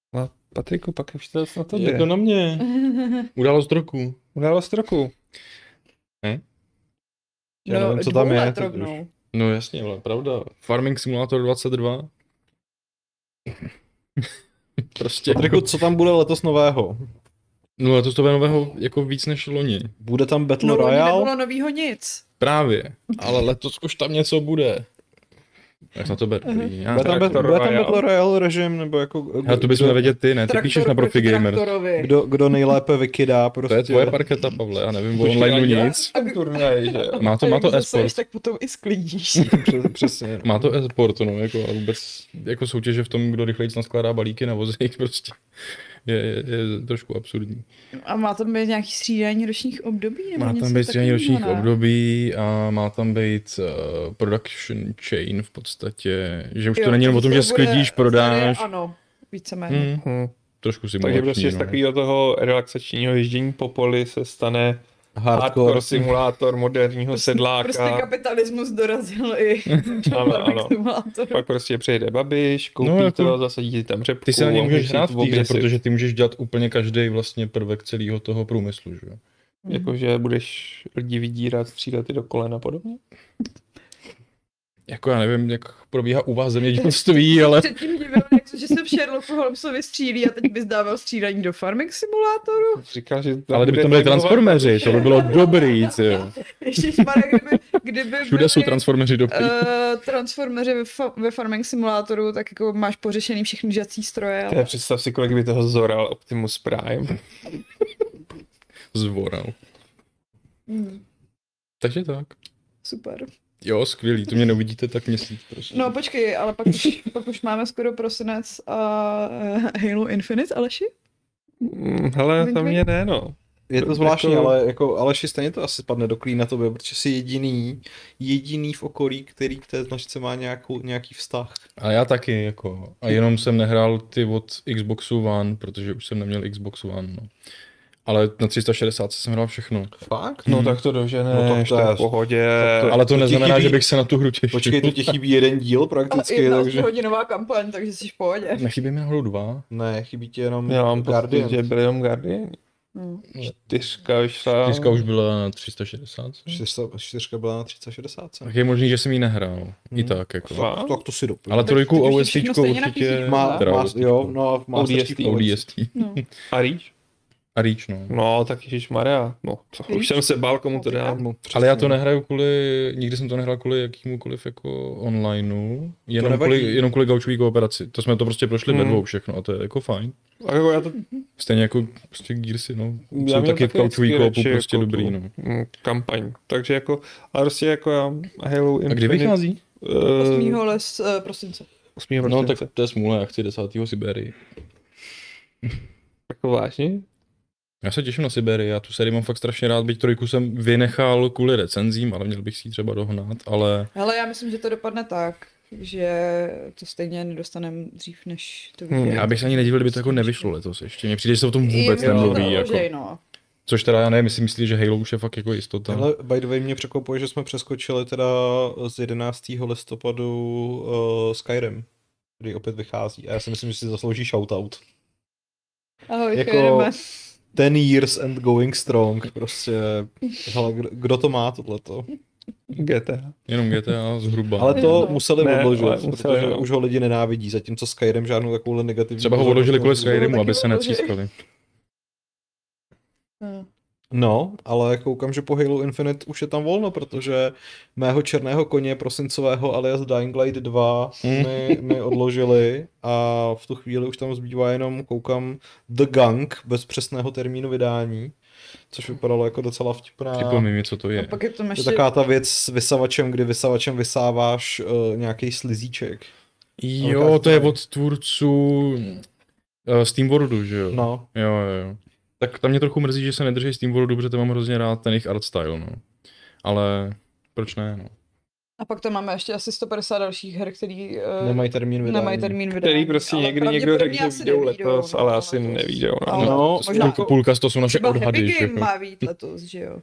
A Patriku, pak už to na to Je to na mě. Událost roku. Událost roku. Já nevím, co tam je, dvoulet to už- rovnou. No jasně, ale pravda. Farming Simulator dvacet dva. Prostě. Patriku, co tam bude letos nového? No letos to bude nového jako víc než loni. Bude tam Battle No, loni Royale? nebylo novýho nic. Právě. Ale letos už tam něco bude. Jak na to ber? Mhm. Já, Bude tam, Traktor bet- bude tam Royale. Battle Royale režim, nebo jako... ale to bys měl vědět ty, ne? Ty píšeš na Profi proti Gamer. traktorovi. Kdo, kdo nejlépe vykydá prostě. To je tvoje parketa, Pavle, já nevím o onlineu nic. A turnaj, že jo. Má to, A má jak to zase e-sport. ješ, tak potom i sklidíš. Přes- Přesně. Má to e-sport, no, jako a vůbec jako soutěže v tom, kdo rychleji naskládá balíky na vozech, prostě je, je, je trošku absurdní. A má tam být nějaký střídání ročních období? Nebo Má něco tam být střídání takového, ročních ne? období a má tam být uh, production chain v podstatě, že už Jo, to není jenom o tom, že takže to bude sklidíš, prodáš, série, ano, víceméně. hmm, Hm. trošku Takže simulační, prostě z no. takového toho relaxačního ježdění po poli se stane Hardcore. hardcore simulátor moderního Prostě sedláka. kapitalismus dorazil i do Ano, Farming ano. Simulatoru. Pak prostě přijede babiš, koupí No, jako- to, zasadí ti tam řepku. Ty se na něj a můžeš si hrát v té hře, oběsit. protože ty můžeš dělat úplně každý vlastně prvek celého toho průmyslu, že jo. Jakože budeš lidi vydírat, střílet i do kolena a podobně. Jako já nevím, jak probíhá u vás zemědělství, ale Předtím divilo, jak to, že se v Sherlocku Holmesovi střílí a teď bys dával střílení do Farming Simulátoru. Říkal, že to ale kdyby bude tam byli animovat- transformeři, to by bylo dobrý, jo. Ještě šmarek, kdyby, kdyby Všude jsou transformeři dobrý. uh, transformeři ve, fa- ve Farming Simulátoru, tak jako máš pořešený všechny žací stroje. To je, představ si, kolik by toho zoral Optimus Prime. Zvoral. Hmm, Takže tak. super. Jo, skvělý, to mě neuvidíte tak měsíc, prosím. No počkej, ale pak už, pak už máme skoro prosinec a uh, Halo Infinite, Aleši? Mm, Hele, Vink, to mě vink. ne, no. Je to zvláštní, Jako- ale jako Aleši stejně to asi padne do klína tobě, protože jsi jediný, jediný v okolí, který k té značce má nějakou, nějaký vztah. A já taky, jako. A jenom jsem nehrál ty od Xboxu One, protože už jsem neměl Xbox One, no. Ale na tři sta šedesát jsem hrál všechno. Fakt? No tak to doženeš, No no, tak to to je- je v pohodě. tak to- Ale to, to ti neznamená, chybí- že bych se na tu hru těšil. Počkej, to ti chybí jeden díl Ale prakticky, jedna takže... hodinová kampaň, takže jsi v pohodě. Nechybí mi náhodou dva? Ne, chybí ti jenom Já mám pocit, Guardian. že byli jenom Guardian. Hmm. Čtyřka vyšla. Čtyřka už byla na tři sta šedesát. Čtyřka, čtyřka byla na tři sta šedesát. Tak je možný, že jsem ji nehrál. I Hmm. tak, jako. Fakt? Tak to si doplň. Ale Tak trojku teď už je OSTčko všechno stejně na určitě... P C, má, teda má, OSTčko. jo, no, má O D S T. starší O D S T. No. A Reach? A Reach, no. No, tak ježišmarja. No, to, Reach? už jsem se bál, komu to dám. No, Ale já to přesně. nehraju kvůli, nikdy jsem to nehrál kvůli jakýmukoliv jako onlineu, jenom nevadí. kvůli, jenom kvůli gaučový kooperaci. To jsme to prostě prošli Hmm. ve dvou všechno a to je jako fajn. A jako já to Stejně jako prostě Gearsy, no. Já Jsou měl taky v taky gaučový vždycky koopu radši prostě jako dobrý, tu, no. mm, kampaň. Takže jako, ale prostě jako já Halo A Infinite. kdy vychází? Uh, osmého les, uh, prosince. osmého No prosince. tak to je smůla, já chci desátého Siberii. Jako vážně? Já se těším na Siberii, já tu sérii mám fakt strašně rád, byť trojku jsem vynechal kvůli recenzím, ale měl bych si ji třeba dohnat, ale Hele, já myslím, že to dopadne tak, že to stejně nedostaneme dřív, než to Hmm, vyjde. já bych se ani nedivil, kdyby to jako nevyšlo letos ještě. Mně přijde, že se o tom vůbec Jim to nemluví, jako. odložej, no. Což teda já nevím, jestli myslí, že Halo už je fakt jako jistota. Ale by the way mě překvapuje, že jsme přeskočili teda z jedenáctého listopadu uh, Skyrim, který opět vychází. A já si myslím, že si zaslouží shoutout. Ahoj, Jako- Chéreme. Ten years and going strong, prostě. Hele, kdo, kdo to má tohleto? G T A. Jenom G T A zhruba. Ale to No. museli Ne, odložit, ale museli, protože no. už ho lidi nenávidí, zatímco Skyrim žádnou takovouhle negativní... Třeba ho odložili kvůli pozornost Skyrimu, taky aby se odložili. netřískali. No. No, ale koukám, že po Halo Infinite už je tam volno, protože mého černého koně prosincového alias Dying Light dva Mm. mi, mi odložili a v tu chvíli už tam zbývá jenom, koukám, The Gang bez přesného termínu vydání, což vypadalo jako docela vtipná. Připomeň mi, co to A je. pak je tam To je ještě... taková ta věc s vysavačem, kdy vysavačem vysáváš uh, nějaký slizíček. Jo, to je od tvůrců uh, Steamworldu, že jo? No, Jo, jo, jo. Tak tam mě trochu mrzí, že se nedrží Steamworldu, protože to mám hrozně rád, ten jejich art style, no. Ale proč ne, no. A pak tam máme ještě asi sto padesát dalších her, který uh, nemají termín vydání. nemají termín vydání. Který prostě ale někdy někdo řekl, pravděpodobně že asi vyjdou nevyjdou, letos, no, ale asi letos. nevyjdou. Ale No. No, možná Půlka, půlka z toho jsou naše třeba odhady, Happy že Game jo. má být letos, že jo?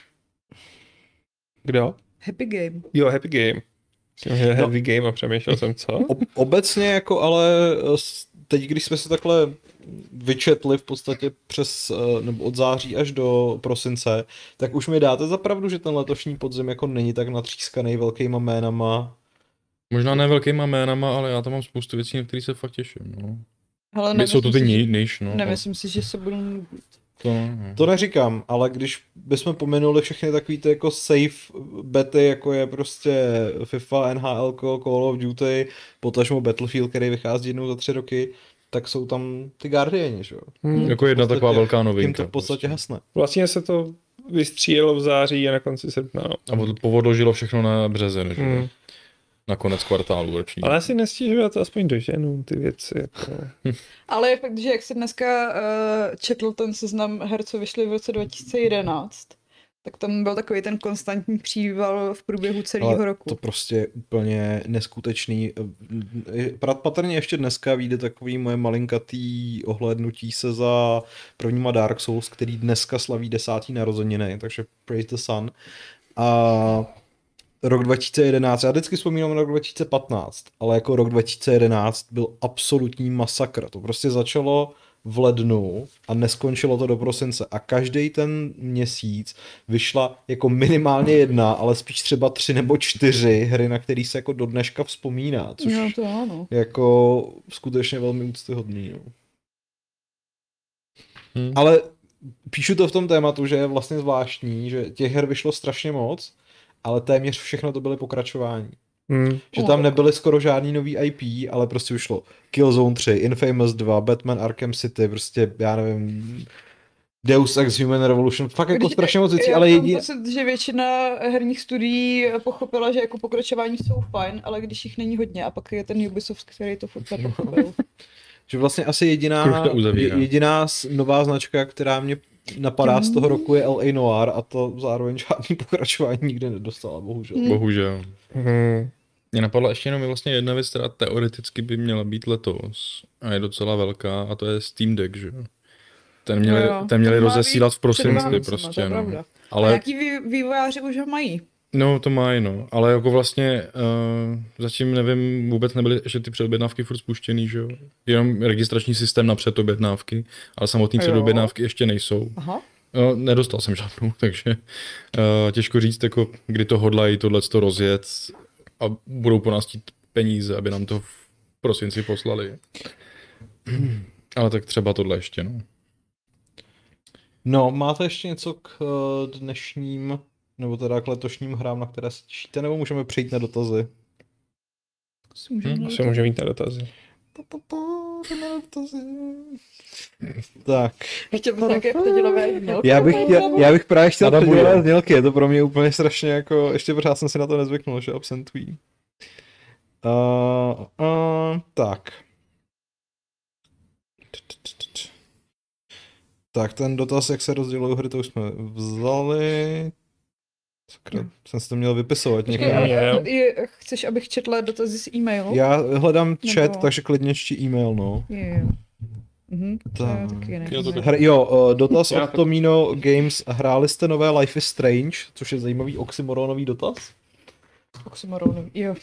Kdo? Happy Game. Jo, Happy Game. Jsem že No. Happy Game a přemýšlel jsem co? Ob- obecně jako ale eh, s- teď, když jsme se takhle vyčetli v podstatě přes, nebo od září až do prosince, tak už mi dáte za pravdu, že ten letošní podzim jako není tak natřískaný velkýma jménama. Možná ne velkýma jménama, ale já tam mám spoustu věcí, na které se fakt těším. No. Hele, Jsou to ty si, ní, níž, no. Nemyslím si, že se budou líbit. To, no. To neříkám, ale když bychom pominuli všechny takový ty jako safe bety, jako je prostě FIFA, N H L, Call of Duty, potažmo Battlefield, který vychází jednou za tři roky, tak jsou tam ty Guardiani, že jo? Hmm. Jako jedna podstatě- taková velká Tím novinka. to v podstatě prostě. hasne. Vlastně se to vystřílelo v září a na konci srpna. No. A od- povodložilo všechno na březen, že? Hmm. Na konec kvartálu roční. Ale já si nestížuji, já to aspoň doženu, ty věci. Jako... Ale je fakt, že jak jsi dneska uh, četl ten seznam her, co vyšly v roce dva tisíce jedenáct, tak tam byl takový ten konstantní příval v průběhu celého Ale roku. to prostě je úplně neskutečný. Pra- Patrně ještě dneska vyjde takový moje malinkatý ohlédnutí se za prvníma Dark Souls, který dneska slaví desátý narozeniny, takže praise the sun. A rok dva tisíce jedenáct, já vždycky vzpomínám na rok dva tisíce patnáct, ale jako rok dva tisíce jedenáct byl absolutní masakr. To prostě začalo v lednu a neskončilo to do prosince a každý ten měsíc vyšla jako minimálně jedna, ale spíš třeba tři nebo čtyři hry, na který se jako do dneška vzpomíná, což No to ano. jako skutečně velmi úctyhodný. No. Hmm. Ale píšu to v tom tématu, že je vlastně zvláštní, že těch her vyšlo strašně moc, ale téměř všechno to byly pokračování. Hmm. Že tam nebyly skoro žádný nový I P, ale prostě vyšlo Killzone tři, Infamous dva, Batman Arkham City, prostě já nevím, Deus Ex Human Revolution, fakt jako Když- strašně moc věcí, já ale mám jedině... pocit, že většina herních studií pochopila, že jako pokračování jsou fajn, ale když jich není hodně a pak je ten Ubisoft, který to furt nepochopil. Že vlastně asi Už jediná, to uzavírá. je- jediná s- nová značka, která mě napadá z toho roku je L A Noir a to zároveň žádný pokračování nikdy nedostala, bohužel. Hmm. Bohužel. Hmm. Mě napadla ještě jenom vlastně jedna věc, která teoreticky by měla být letos a je docela velká a to je Steam Deck, že jo. Ten měli, No jo, ten měli ten má rozesílat v být před prosinci Vánocema, to prostě, je no. pravda. A Ale nějaký vý, vývojáři už ho mají. no to mají, no. Ale jako vlastně uh, zatím nevím, vůbec nebyly ještě ty předobjednávky furt spuštěný, že jo. Jenom registrační systém na předobjednávky, ale samotné A jo. předobjednávky ještě nejsou. Aha. No, nedostal jsem žádnou, takže uh, těžko říct, jako, kdy to hodlají tohleto rozjet a budou po nás chtít peníze, aby nám to v prosinci poslali. Ale tak třeba tohle ještě, no. No, máte ještě něco k eh, dnešním, nebo teda k letošním hrám, na které se těšíte, nebo můžeme přejít na dotazy? Si můžeme Hm, hmm, Asi může mít na dotazy. Tak, Chtěl bych nějaké předělové znělky. já bych, chtěl, já bych právě chtěl Sada bude. předělat znělky, je to pro mě úplně strašně jako, ještě pořád jsem si na to nezvyknul, že absentují. Uh, uh, tak. Tak ten dotaz, jak se rozdělují hry, to už jsme vzali. Sakra, jsem si to měl vypisovat Počkej, někde. ale Jo. je- chceš, abych četla dotazy z e-mailu? Já hledám chat, Nebo- takže klidně čti e-mail, no. Jo, jo. Mhm, to je Tak. taky jiný. Jo, to taky. Hra, jo, uh, dotaz Já od to- Tomino Games. Hráli jste nové Life is Strange, což je zajímavý oxymoronový dotaz. Oxymoronu. Jo.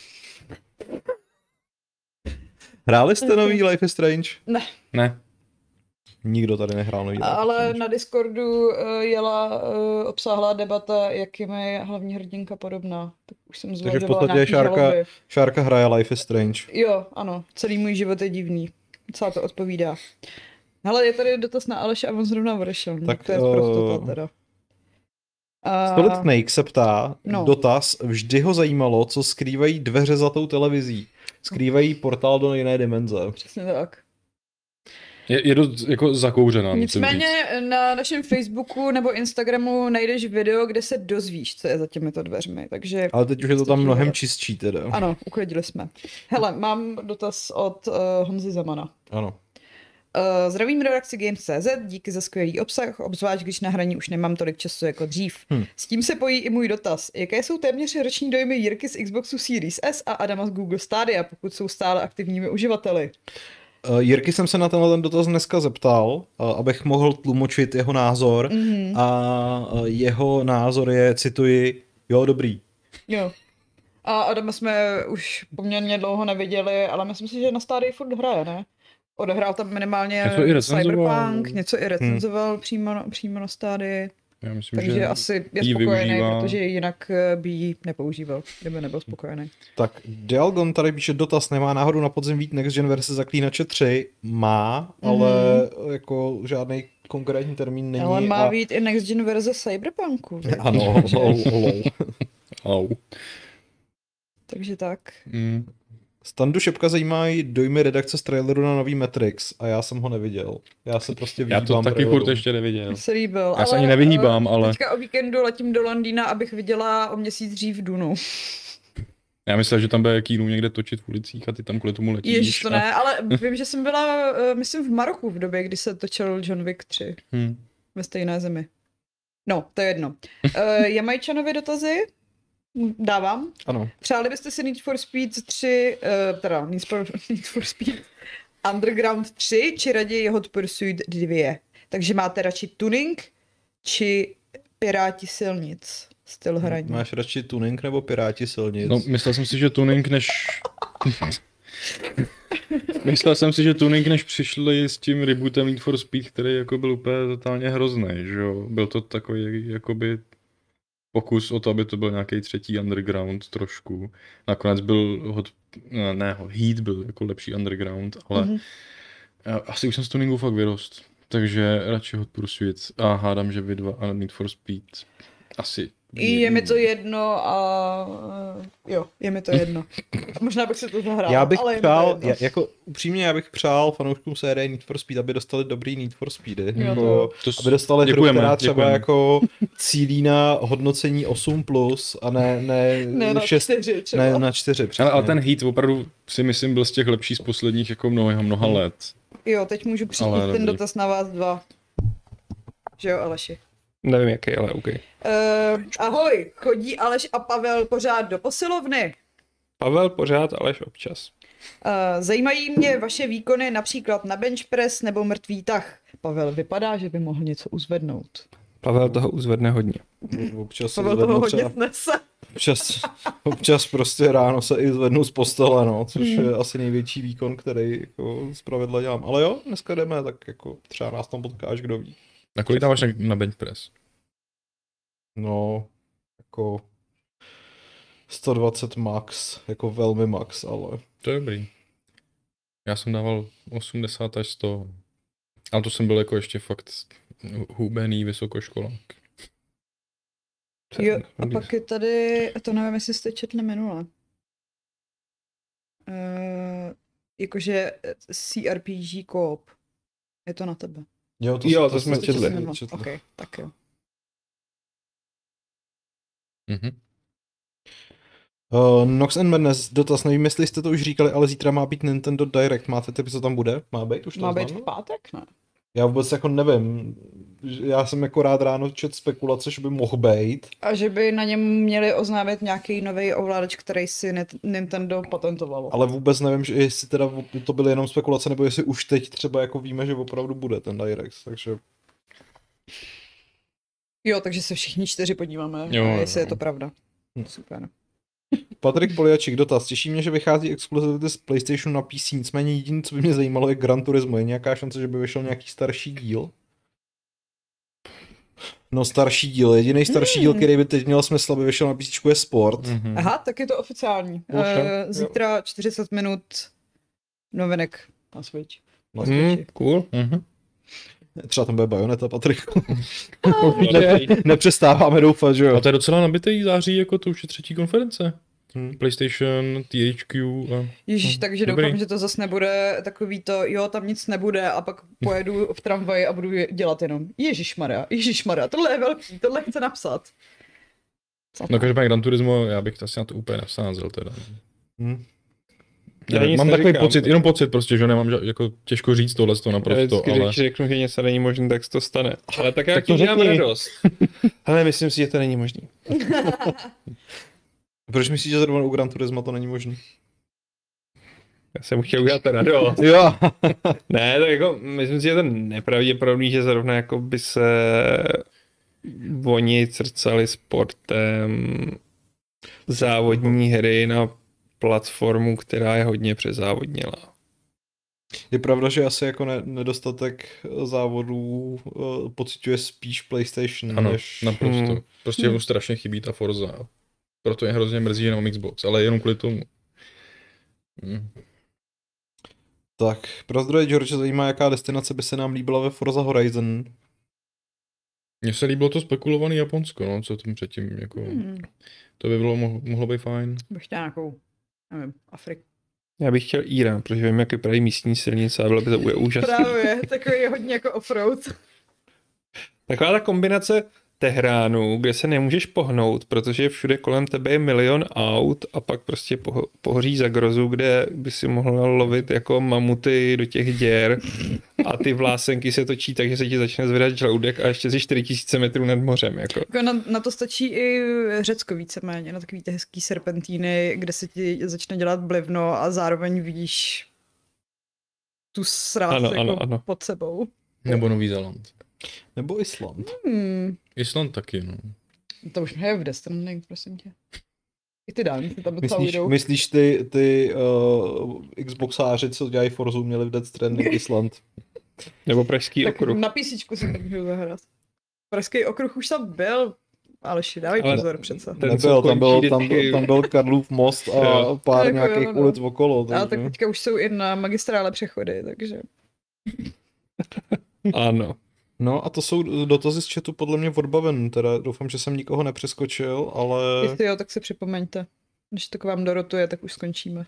Hráli jste nový Life is Strange? Ne. Nikdo tady nehrál nový Life is Ale Strange. na Discordu uh, jela uh, obsáhlá debata, jak je mi hlavní hrdinka podobná. Tak už jsem Takže v zvažovala podstatě nějaký Šárka- žaloby. Šárka hraje Life is Strange. Jo, ano, celý můj život je divný. Docela to odpovídá. Hele, je tady dotaz na Aleše a on zrovna odešel. Tak, Tak to je eh, prostota teda. A... Solid Snake se ptá, no. dotaz, vždy ho zajímalo, co skrývají dveře za tou televizí. Skrývají portál do jiné dimenze. Přesně tak. Je, je dost jako zakouřená, musím říct. Nicméně na našem Facebooku nebo Instagramu najdeš video, kde se dozvíš, co je za těmito dveřmi, takže Ale teď už je to tam Stačí mnohem hledat. čistší teda. ano, uklidili jsme. Hele, mám dotaz od uh, Honzy Zemana. Ano. Uh, zdravím redakci Games tečka cé zet, díky za skvělý obsah, obzvlášť když na hraní už nemám tolik času jako dřív. Hm. S tím se pojí i můj dotaz. Jaké jsou téměř roční dojmy Jirky z Xboxu Series S a Adama z Google Stadia, pokud jsou stále aktivními uživateli? Uh, Jirky jsem se na tenhle ten dotaz dneska zeptal, uh, abych mohl tlumočit jeho názor Mhm. a uh, jeho názor je, cituji, jo, dobrý. Jo. A Adama jsme už poměrně dlouho neviděli, ale myslím si, že na Stadii furt hraje, ne? odehrál tam minimálně Něco i recenzoval. Cyberpunk, něco i recenzoval hmm. přímo, přímo na stádii. Já myslím, Takže že asi je jí spokojený, využívá. protože jinak by ji nepoužíval, kdyby nebyl spokojený. Tak Dialgon tady píše dotaz, nemá náhodou na podzim být Next Gen verze Zaklínače tři? Má, ale mm. jako žádný konkrétní termín není. Ale má a... být i Next Gen verze Cyberpunku. Ano, lol, lol. Au. Takže tak. Mm. Standu Šepka zajímají dojmy redakce z traileru na nový Matrix a já jsem ho neviděl. Já se prostě Já vyhýbám to taky trailerům. furt ještě neviděl. Mně se líbil. Já se ani nevyhýbám, ale... Teďka o víkendu letím do Londýna, abych viděla o měsíc dřív Dunu. Já myslel, že tam bude kínu někde točit v ulicích a ty tam kvůli tomu letíš. Ježiš, to a... ne, ale vím, že jsem byla, uh, myslím, v Maroku v době, kdy se točil John Wick tři. Hmm. Ve stejné zemi. No, to je jedno. Uh, Jamajčanovi dotazy? Dávám. Ano. Přáli byste si Need for Speed tři, uh, teda Need for, Need for Speed Underground tři, či raději Hot Pursuit dva? Takže máte radši tuning, či Piráti silnic? Styl hraní. Máš radši tuning nebo Piráti silnic? No, myslel jsem si, že tuning než... myslel jsem si, že tuning než přišli s tím rebootem Need for Speed, který jako byl úplně totálně hrozný, že jo? Byl to takový jakoby pokus o to, aby to byl nějaký třetí underground trošku. Nakonec byl hot, ne, ne, Heat byl jako lepší underground, ale mm-hmm. asi už jsem z tuningu fakt vyrost. Takže radši Hot Pursuit a hádám, že vy dva a Need for Speed asi. Je mi to jedno a jo, je mi to jedno. Možná bych se to zahrál, já bych ale přál, já, jako upřímně já bych přál fanouškům série Need for Speed, aby dostali dobrý Need for Speedy. Jo, jako, to... aby dostali hru, děkujeme, která třeba děkujeme. jako cílí na hodnocení osm plus a ne, ne, ne na šest, čtyři třeba. ne na čtyři. Ale, ale ten Heat opravdu si myslím byl z těch lepších z posledních jako mnoha, mnoha let. Jo, teď můžu přijít Ale ten dobrý. dotaz na vás dva. Že jo, Aleši? Nevím jaký, ale OK. Uh, ahoj, chodí Aleš a Pavel pořád do posilovny? Pavel pořád, Aleš občas. Uh, zajímají mě vaše výkony například na bench press nebo mrtvý tah. Pavel vypadá, že by mohl něco uzvednout. Pavel toho uzvedne hodně. Občas, Pavel zvednu toho hodně třeba, snese. občas, občas prostě ráno se i zvednu z postele, no, což Hmm. je asi největší výkon, který jako zpravidla dělám. Ale jo, dneska jdeme, tak jako třeba nás tam potkáš, kdo ví. Na kolik dáváš na, na bench press? No, jako sto dvacet max, jako velmi max, ale... To je dobrý. Já jsem dával osmdesát až sto. Ale to jsem byl jako ještě fakt hubený vysokoškolák. Jo, a pak je tady, a to nevím, jestli jste četli minule. Uh, jakože C R P G co-op. Je to na tebe. Jo, to, Jo, to, to jsme jste četli. Minule. četli. Ok, tak jo. Mhm. Uh, Nox and Madness, dotaz, nevím, jestli jste to už říkali, ale zítra má být Nintendo Direct. Máte typy, co tam bude? Má být už to Má být známo? v pátek, ne? Já vůbec jako nevím. Já jsem jako rád ráno čet spekulace, že by mohl být. A že by na něm měli oznámit nějaký nový ovladač, který si net- Nintendo patentovalo. Ale vůbec nevím, že jestli teda to byly jenom spekulace, nebo jestli už teď třeba jako víme, že opravdu bude ten Direct, takže... Jo, takže se všichni čtyři podíváme, Jo, jo, jestli jo. je to pravda. Hm. Super. Patrik Poliačik, dotaz. Těší mě, že vychází exkluzivity z PlayStationu na P C, nicméně jediné, co by mě zajímalo, je Gran Turismo. Je nějaká šance, že by vyšel nějaký starší díl? No starší díl. Jediný starší Hmm. díl, který by teď měl smysl, aby vyšel na P C, je Sport. Mhm. Aha, tak je to oficiální. Už, jo. Uh, zítra čtyřicet minut novinek na Switch. No, Hmm, cool. Mhm. třeba tam bude Bayonetta, Patriku. Určitě. Nepřestáváme doufat, že A jo? to je docela nabitý září, jako to už je třetí konference. Hmm. PlayStation, T H Q a... Ježíš, takže Dobrý. doufám, že to zase nebude takový to, jo, tam nic nebude a pak pojedu v tramvaji a budu je- dělat jenom Ježišmarja, Ježišmarja, tohle je velký, tohle chce napsat. Co No každopádně Gran Turismo, já bych to asi na to úplně nevsázel teda. Hm. Já Nevím, nic mám takový neříkám. pocit, jenom pocit prostě, že nemám ža- jako těžko říct tohle to Já naprosto, vždycky ale... ale... řeknu, že něco není možné, tak se to stane. Ale tak já Tak tím to dělám řekni. radost. Ale myslím si, že to není možné. Proč myslíš, že zrovna u Gran Turismo to není možné? Já jsem chtěl udělat radost. Jo. Ne, tak jako myslím si, že je to nepravděpodobný, že zrovna jako by se oni crcali sportem závodní hry na platformu, která je hodně přezávodnělá. Je pravda, že asi jako ne, nedostatek závodů uh, pociťuje spíš PlayStation, Ano, než... naprosto. Hmm. Prostě mu strašně chybí ta Forza. Proto je hrozně mrzí, že mám Xbox, ale jenom kvůli tomu. Hmm. Tak, pro zdroje George zajímá, jaká destinace by se nám líbila ve Forza Horizon. Mně se líbilo to spekulovaný Japonsko, no, co tam předtím, jako, Hmm. to by bylo, mohlo, mohlo být fajn. Bych chtěla nějakou, nevím, Afriku. Já bych chtěl Irán, protože vím, jak vypadají místní silnice a bylo by to ú- úžasné. Právě, takový hodně jako offroad. Taková ta kombinace Tehránu, kde se nemůžeš pohnout, protože všude kolem tebe je milion aut a pak prostě poho- pohoří Zagrozu, kde by si mohl lovit jako mamuty do těch děr a ty vlásenky se točí tak, že se ti začne zvedat žaludek a ještě si čtyři tisíce metrů nad mořem. Jako. Jako na, na to stačí i Řecko víceméně, na takový ty hezký serpentíny, kde se ti začne dělat blivno a zároveň vidíš tu sráz Ano, jako ano, ano. pod sebou. Nebo Nový Zéland. Nebo Island. Hmm, Island taky, no. to už je v Death Stranding, prosím tě. I ty dálnice tam docela Myslíš, jdou. myslíš ty, ty uh, Xboxáři, co dělají Forzu, měli v Death Stranding Island? Nebo Pražský Tak okruh. na písíčku si to můžu zahrát. Pražský okruh už tam byl, ale dávej Ale- pozor přece. Ten, Nebyl, co tam byl, končí tam, vždycky- byl, tam byl Karlův most a Jo. pár Jako jo, nějakých no, no. ulic okolo. Ale tak Takže... teďka už jsou i na magistrále přechody, takže... Ano. No a to jsou dotazy z chatu podle mě odbaven, teda doufám, že jsem nikoho nepřeskočil, ale... Jestli jo, tak si připomeňte. Když to k vám dorotuje, tak už skončíme.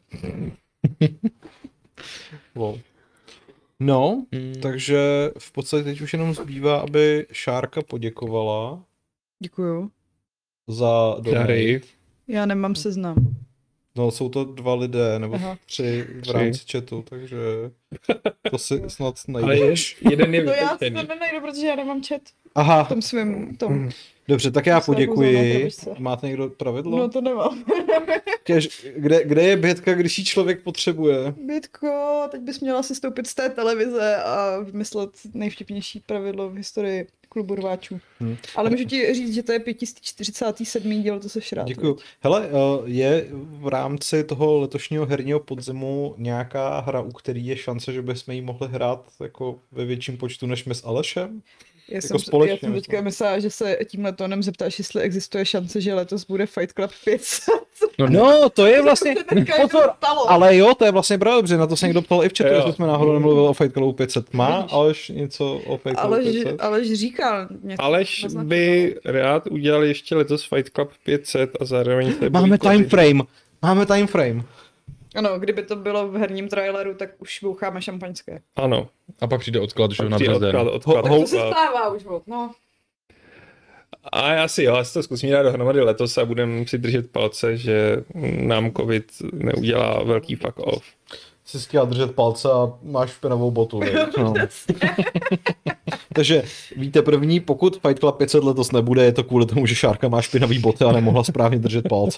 Wow. No, Hmm. takže v podstatě teď už jenom zbývá, aby Šárka poděkovala Děkuju. za donate. Dary. Já nemám seznam. No, jsou to dva lidé, nebo Aha. tři v Tři. rámci chatu, takže to si snad Ale najdeš. jeden je To já si to vytečený. nenajdu, protože já nemám chat Aha, v tom svém tom. dobře, tak já Své pozorné poděkuji. krabičce. Máte někdo pravidlo? No to nemám. Kež, kde, kde je bětka, když ji člověk potřebuje? Bytko, teď bys měla si stoupit z té televize a vymyslet nejvtipnější pravidlo v historii klubu rváčů. Hm. Ale můžu ti říct, že to je pět set čtyřicátý sedmý díl, to se rád. Děkuju. Hele, eh, je v rámci toho letošního herního podzimu nějaká hra, u který je šance, že bychom ji mohli hrát jako ve větším počtu než my s Alešem? Já Jako jsem, společně, já jsem teďka myslím. myslela, že se tímhle tónem zeptáš, jestli existuje šance, že letos bude Fight Club pět set. No, to je vlastně... To se teďka jako Pozor, stalo. ale jo, to je vlastně právě dobře, na to se někdo ptal i v chatu, Jo. jestli jsme náhodou nemluvili o Fight Clubu pět set. Má Vidíš. Aleš něco o Fight Clubu Alež, pět set? Alež říkal něco. Aleš naznačoval. by rád udělal ještě letos Fight Club pět set a zároveň se Máme time frame. Máme time frame. Ano, kdyby to bylo v herním traileru, tak už boucháme šampaňské. Ano. A pak přijde odklad, že jo, na Přijde Dresden. odklad, odklad, Ho- ho- To se odklad. stává už, od, no. A já si jo, já si to zkusím dát dohromady letos a budeme si držet palce, že nám covid neudělá velký fuck off. Jsi chtěla držet palce a máš špinavou botu. No. Takže víte první, pokud Fight Club pět set letos nebude, je to kvůli tomu, že Šárka má špinavý boty a nemohla správně držet palce.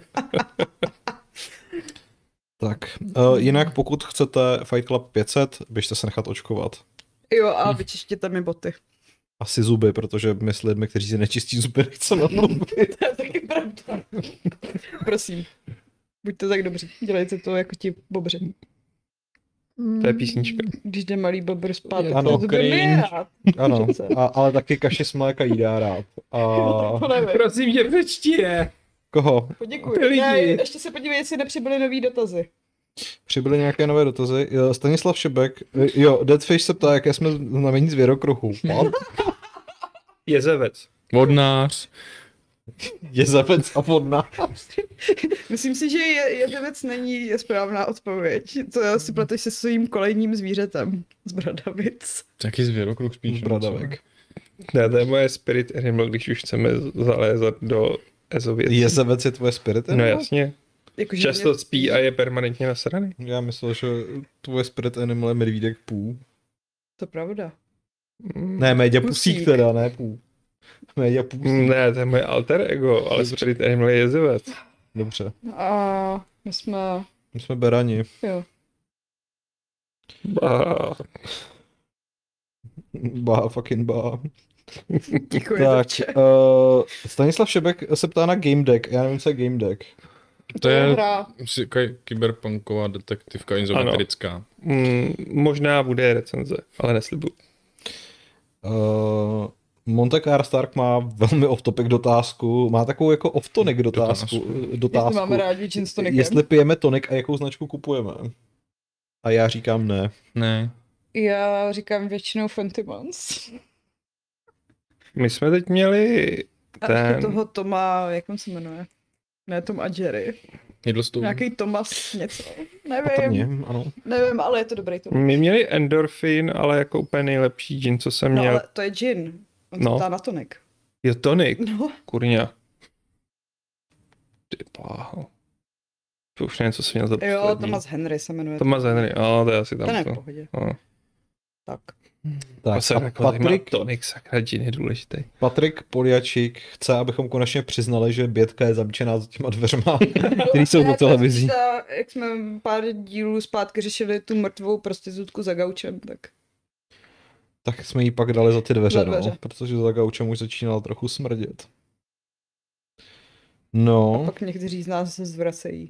Tak, uh, jinak pokud chcete Fight Club pět set, běžte se nechat očkovat. Jo, a vyčištěte mi boty. Asi zuby, protože my s lidmi, kteří si nečistí zuby, nechceme mluvit. To je taky pravda. Prosím, buďte tak dobří, dělejte to jako ti bobři. To je písnička. Když jde malý bobr spát, Je tak to to zuby cringe. mě rád. Ano, Přece. a, ale taky kaši z mléka jí dá rád. A To nevím. Prosím tě, přečti je. koho? Poděkuji. Ty lidi. Já, ještě se podívej, jestli nepřibyly nový dotazy. Přibyly nějaké nové dotazy. Jo, Stanislav Šebek, jo, Deadfish se ptá, jaké jsme znamení zvěrokruchu. What? Jezevec. Vodnář. Jezevec a vodná. Myslím si, že je, jezevec není správná odpověď. To si pleteš se svým kolejním zvířetem z Bradavic. Taky zvěrokruh spíš. no, Bradavek. Ne, to je moje spirit animal, když už chceme zalézat do ezověcí. Jezevec je tvoje spirit? No animal? jasně. Jakože Často mě- spí a je permanentně nasraný. Já myslel, že tvoje spirit animal je medvídek pů. To pravda. Ne, média pusík Pusík. teda, ne pů. Média pusík. Ne, to je moje alter ego, ale Dobře. spirit animal je jezevec. Dobře. A my jsme, My jsme berani. jo. Bah. Bá, fucking bá. Děkuji. Tak, Davče. uh, Stanislav Šebek se ptá na Game Deck. Já nevím, co je Game Deck. To je hra. si- ky- kyberpunková detektivka izometrická. Mm, možná bude recenze, ale neslibuju. Uh, Monte Car Stark má velmi off-topic dotázku, má takovou jako off-tonic dotázku. Jestli dotázku. máme rádi gin s tonikem. Jestli pijeme tonik a jakou značku kupujeme. A já říkám ne. Ne. Já říkám většinou Fentimans. My jsme teď měli A ten... ještě toho Toma, jak on se jmenuje? Ne Tom a Jerry. Hiddleston. Nějaký Tomas něco. Nevím, Patrně, ano. nevím, ale je to dobrý Tom. My měli endorfin, ale jako úplně nejlepší gin, co jsem No měl. ale to je gin. On No. se ptá na tonik. Je tonik, No, kurňa. Ty bláho. To už nevím, co jsem měl za jo, poslední. Thomas Henry se jmenuje. Thomas Henry, a to je asi tam Ten je v to. pohodě. No. Tak. Tak, Tak, a Patrik, Patrik, tonik, sakra, gin je důležitý. Patrik Poliačík chce, abychom konečně přiznali, že Bětka je zamčená za těma dveřma, který jsou Ne, do to televizí. ta, jak jsme pár dílů zpátky řešili tu mrtvou prostitutku za gaučem, tak Tak jsme jí pak dali za ty dveře, Za dveře. no, protože za gaučem už začínalo trochu smrdět. No, pak někteří z nás se zvracejí.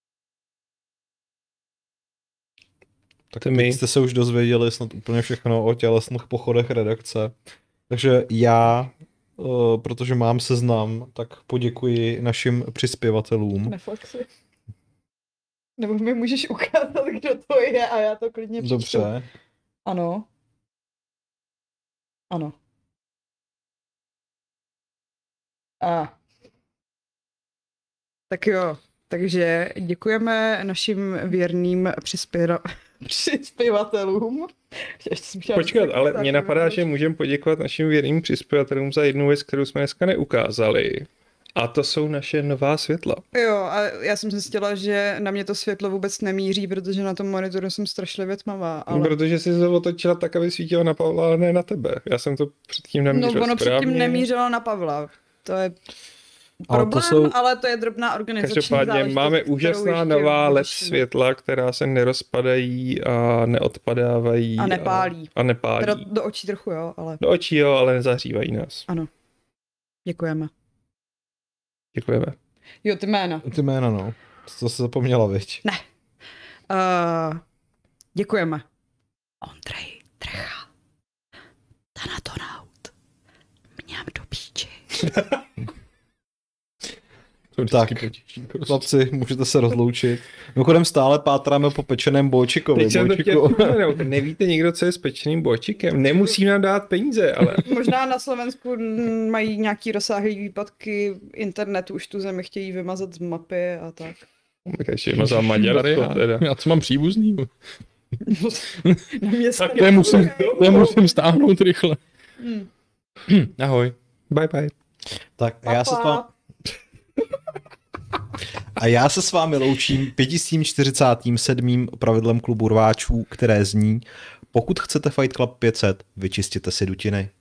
tak To teď my. jste se už dozvěděli snad úplně všechno o tělesných pochodech redakce. Takže já, uh, protože mám seznam, tak poděkuji našim přispěvatelům. Neflexi. Nebo mi můžeš ukázat, kdo to je a já to klidně přečtu. Dobře. Ano. Ano. A. Tak jo, takže děkujeme našim věrným přispěra... přispěvatelům. Ještě jsem chtěla Počkat, říct, ale tak mě to napadá, bylo- že můžeme poděkovat našim věrným přispěvatelům za jednu věc, kterou jsme dneska neukázali. A to jsou naše nová světla. Jo, a já jsem zjistila, že na mě to světlo vůbec nemíří, protože na tom monitoru jsem strašlivě tmavá, ale... Protože jsi se otočila tak, aby svítila na Pavla, ale ne na tebe. Já jsem to předtím nemířil No ono správně. předtím nemířilo na Pavla. To je Ale problém, to jsou- ale to je drobná organizační Každopádně záležitost, máme kterou úžasná ještě nová L E D vyřešíme. světla, která se nerozpadají a neodpadávají. A nepálí. A, a nepálí. Teda do očí trochu, jo, ale Do očí jo, ale nezahřívají nás. děkujeme. Děkujeme. Jo, ty jména. Ty jména, no. To se zapomněla, viď? Uh, děkujeme. Ondrej Trecha. Tanatonaut. Mňam do píči. To Tak. vždycky potěší, prostě. Chlapci, můžete se rozloučit. Mimochodem stále pátráme po pečeném bolčikovi. Teď jsem to chtěl Bolčiku. připomenout. Nevíte někdo, co je s pečeným bočikem? Nemusí nám dát peníze, ale Možná na Slovensku mm, mají nějaký rozsáhlý výpadky internetu, už tu zemi chtějí vymazat z mapy a tak. ještě mazal Maďarsko já, teda. já co mám příbuzný? Na mě se To je musím, to je musím stáhnout rychle. Hmm. Ahoj. Bye bye. Tak a já se s vámi... A já se s vámi loučím pět čtyřicátým sedmým pravidlem klubu rváčů, které zní: pokud chcete Fight Club pět set, vyčistěte si dutiny.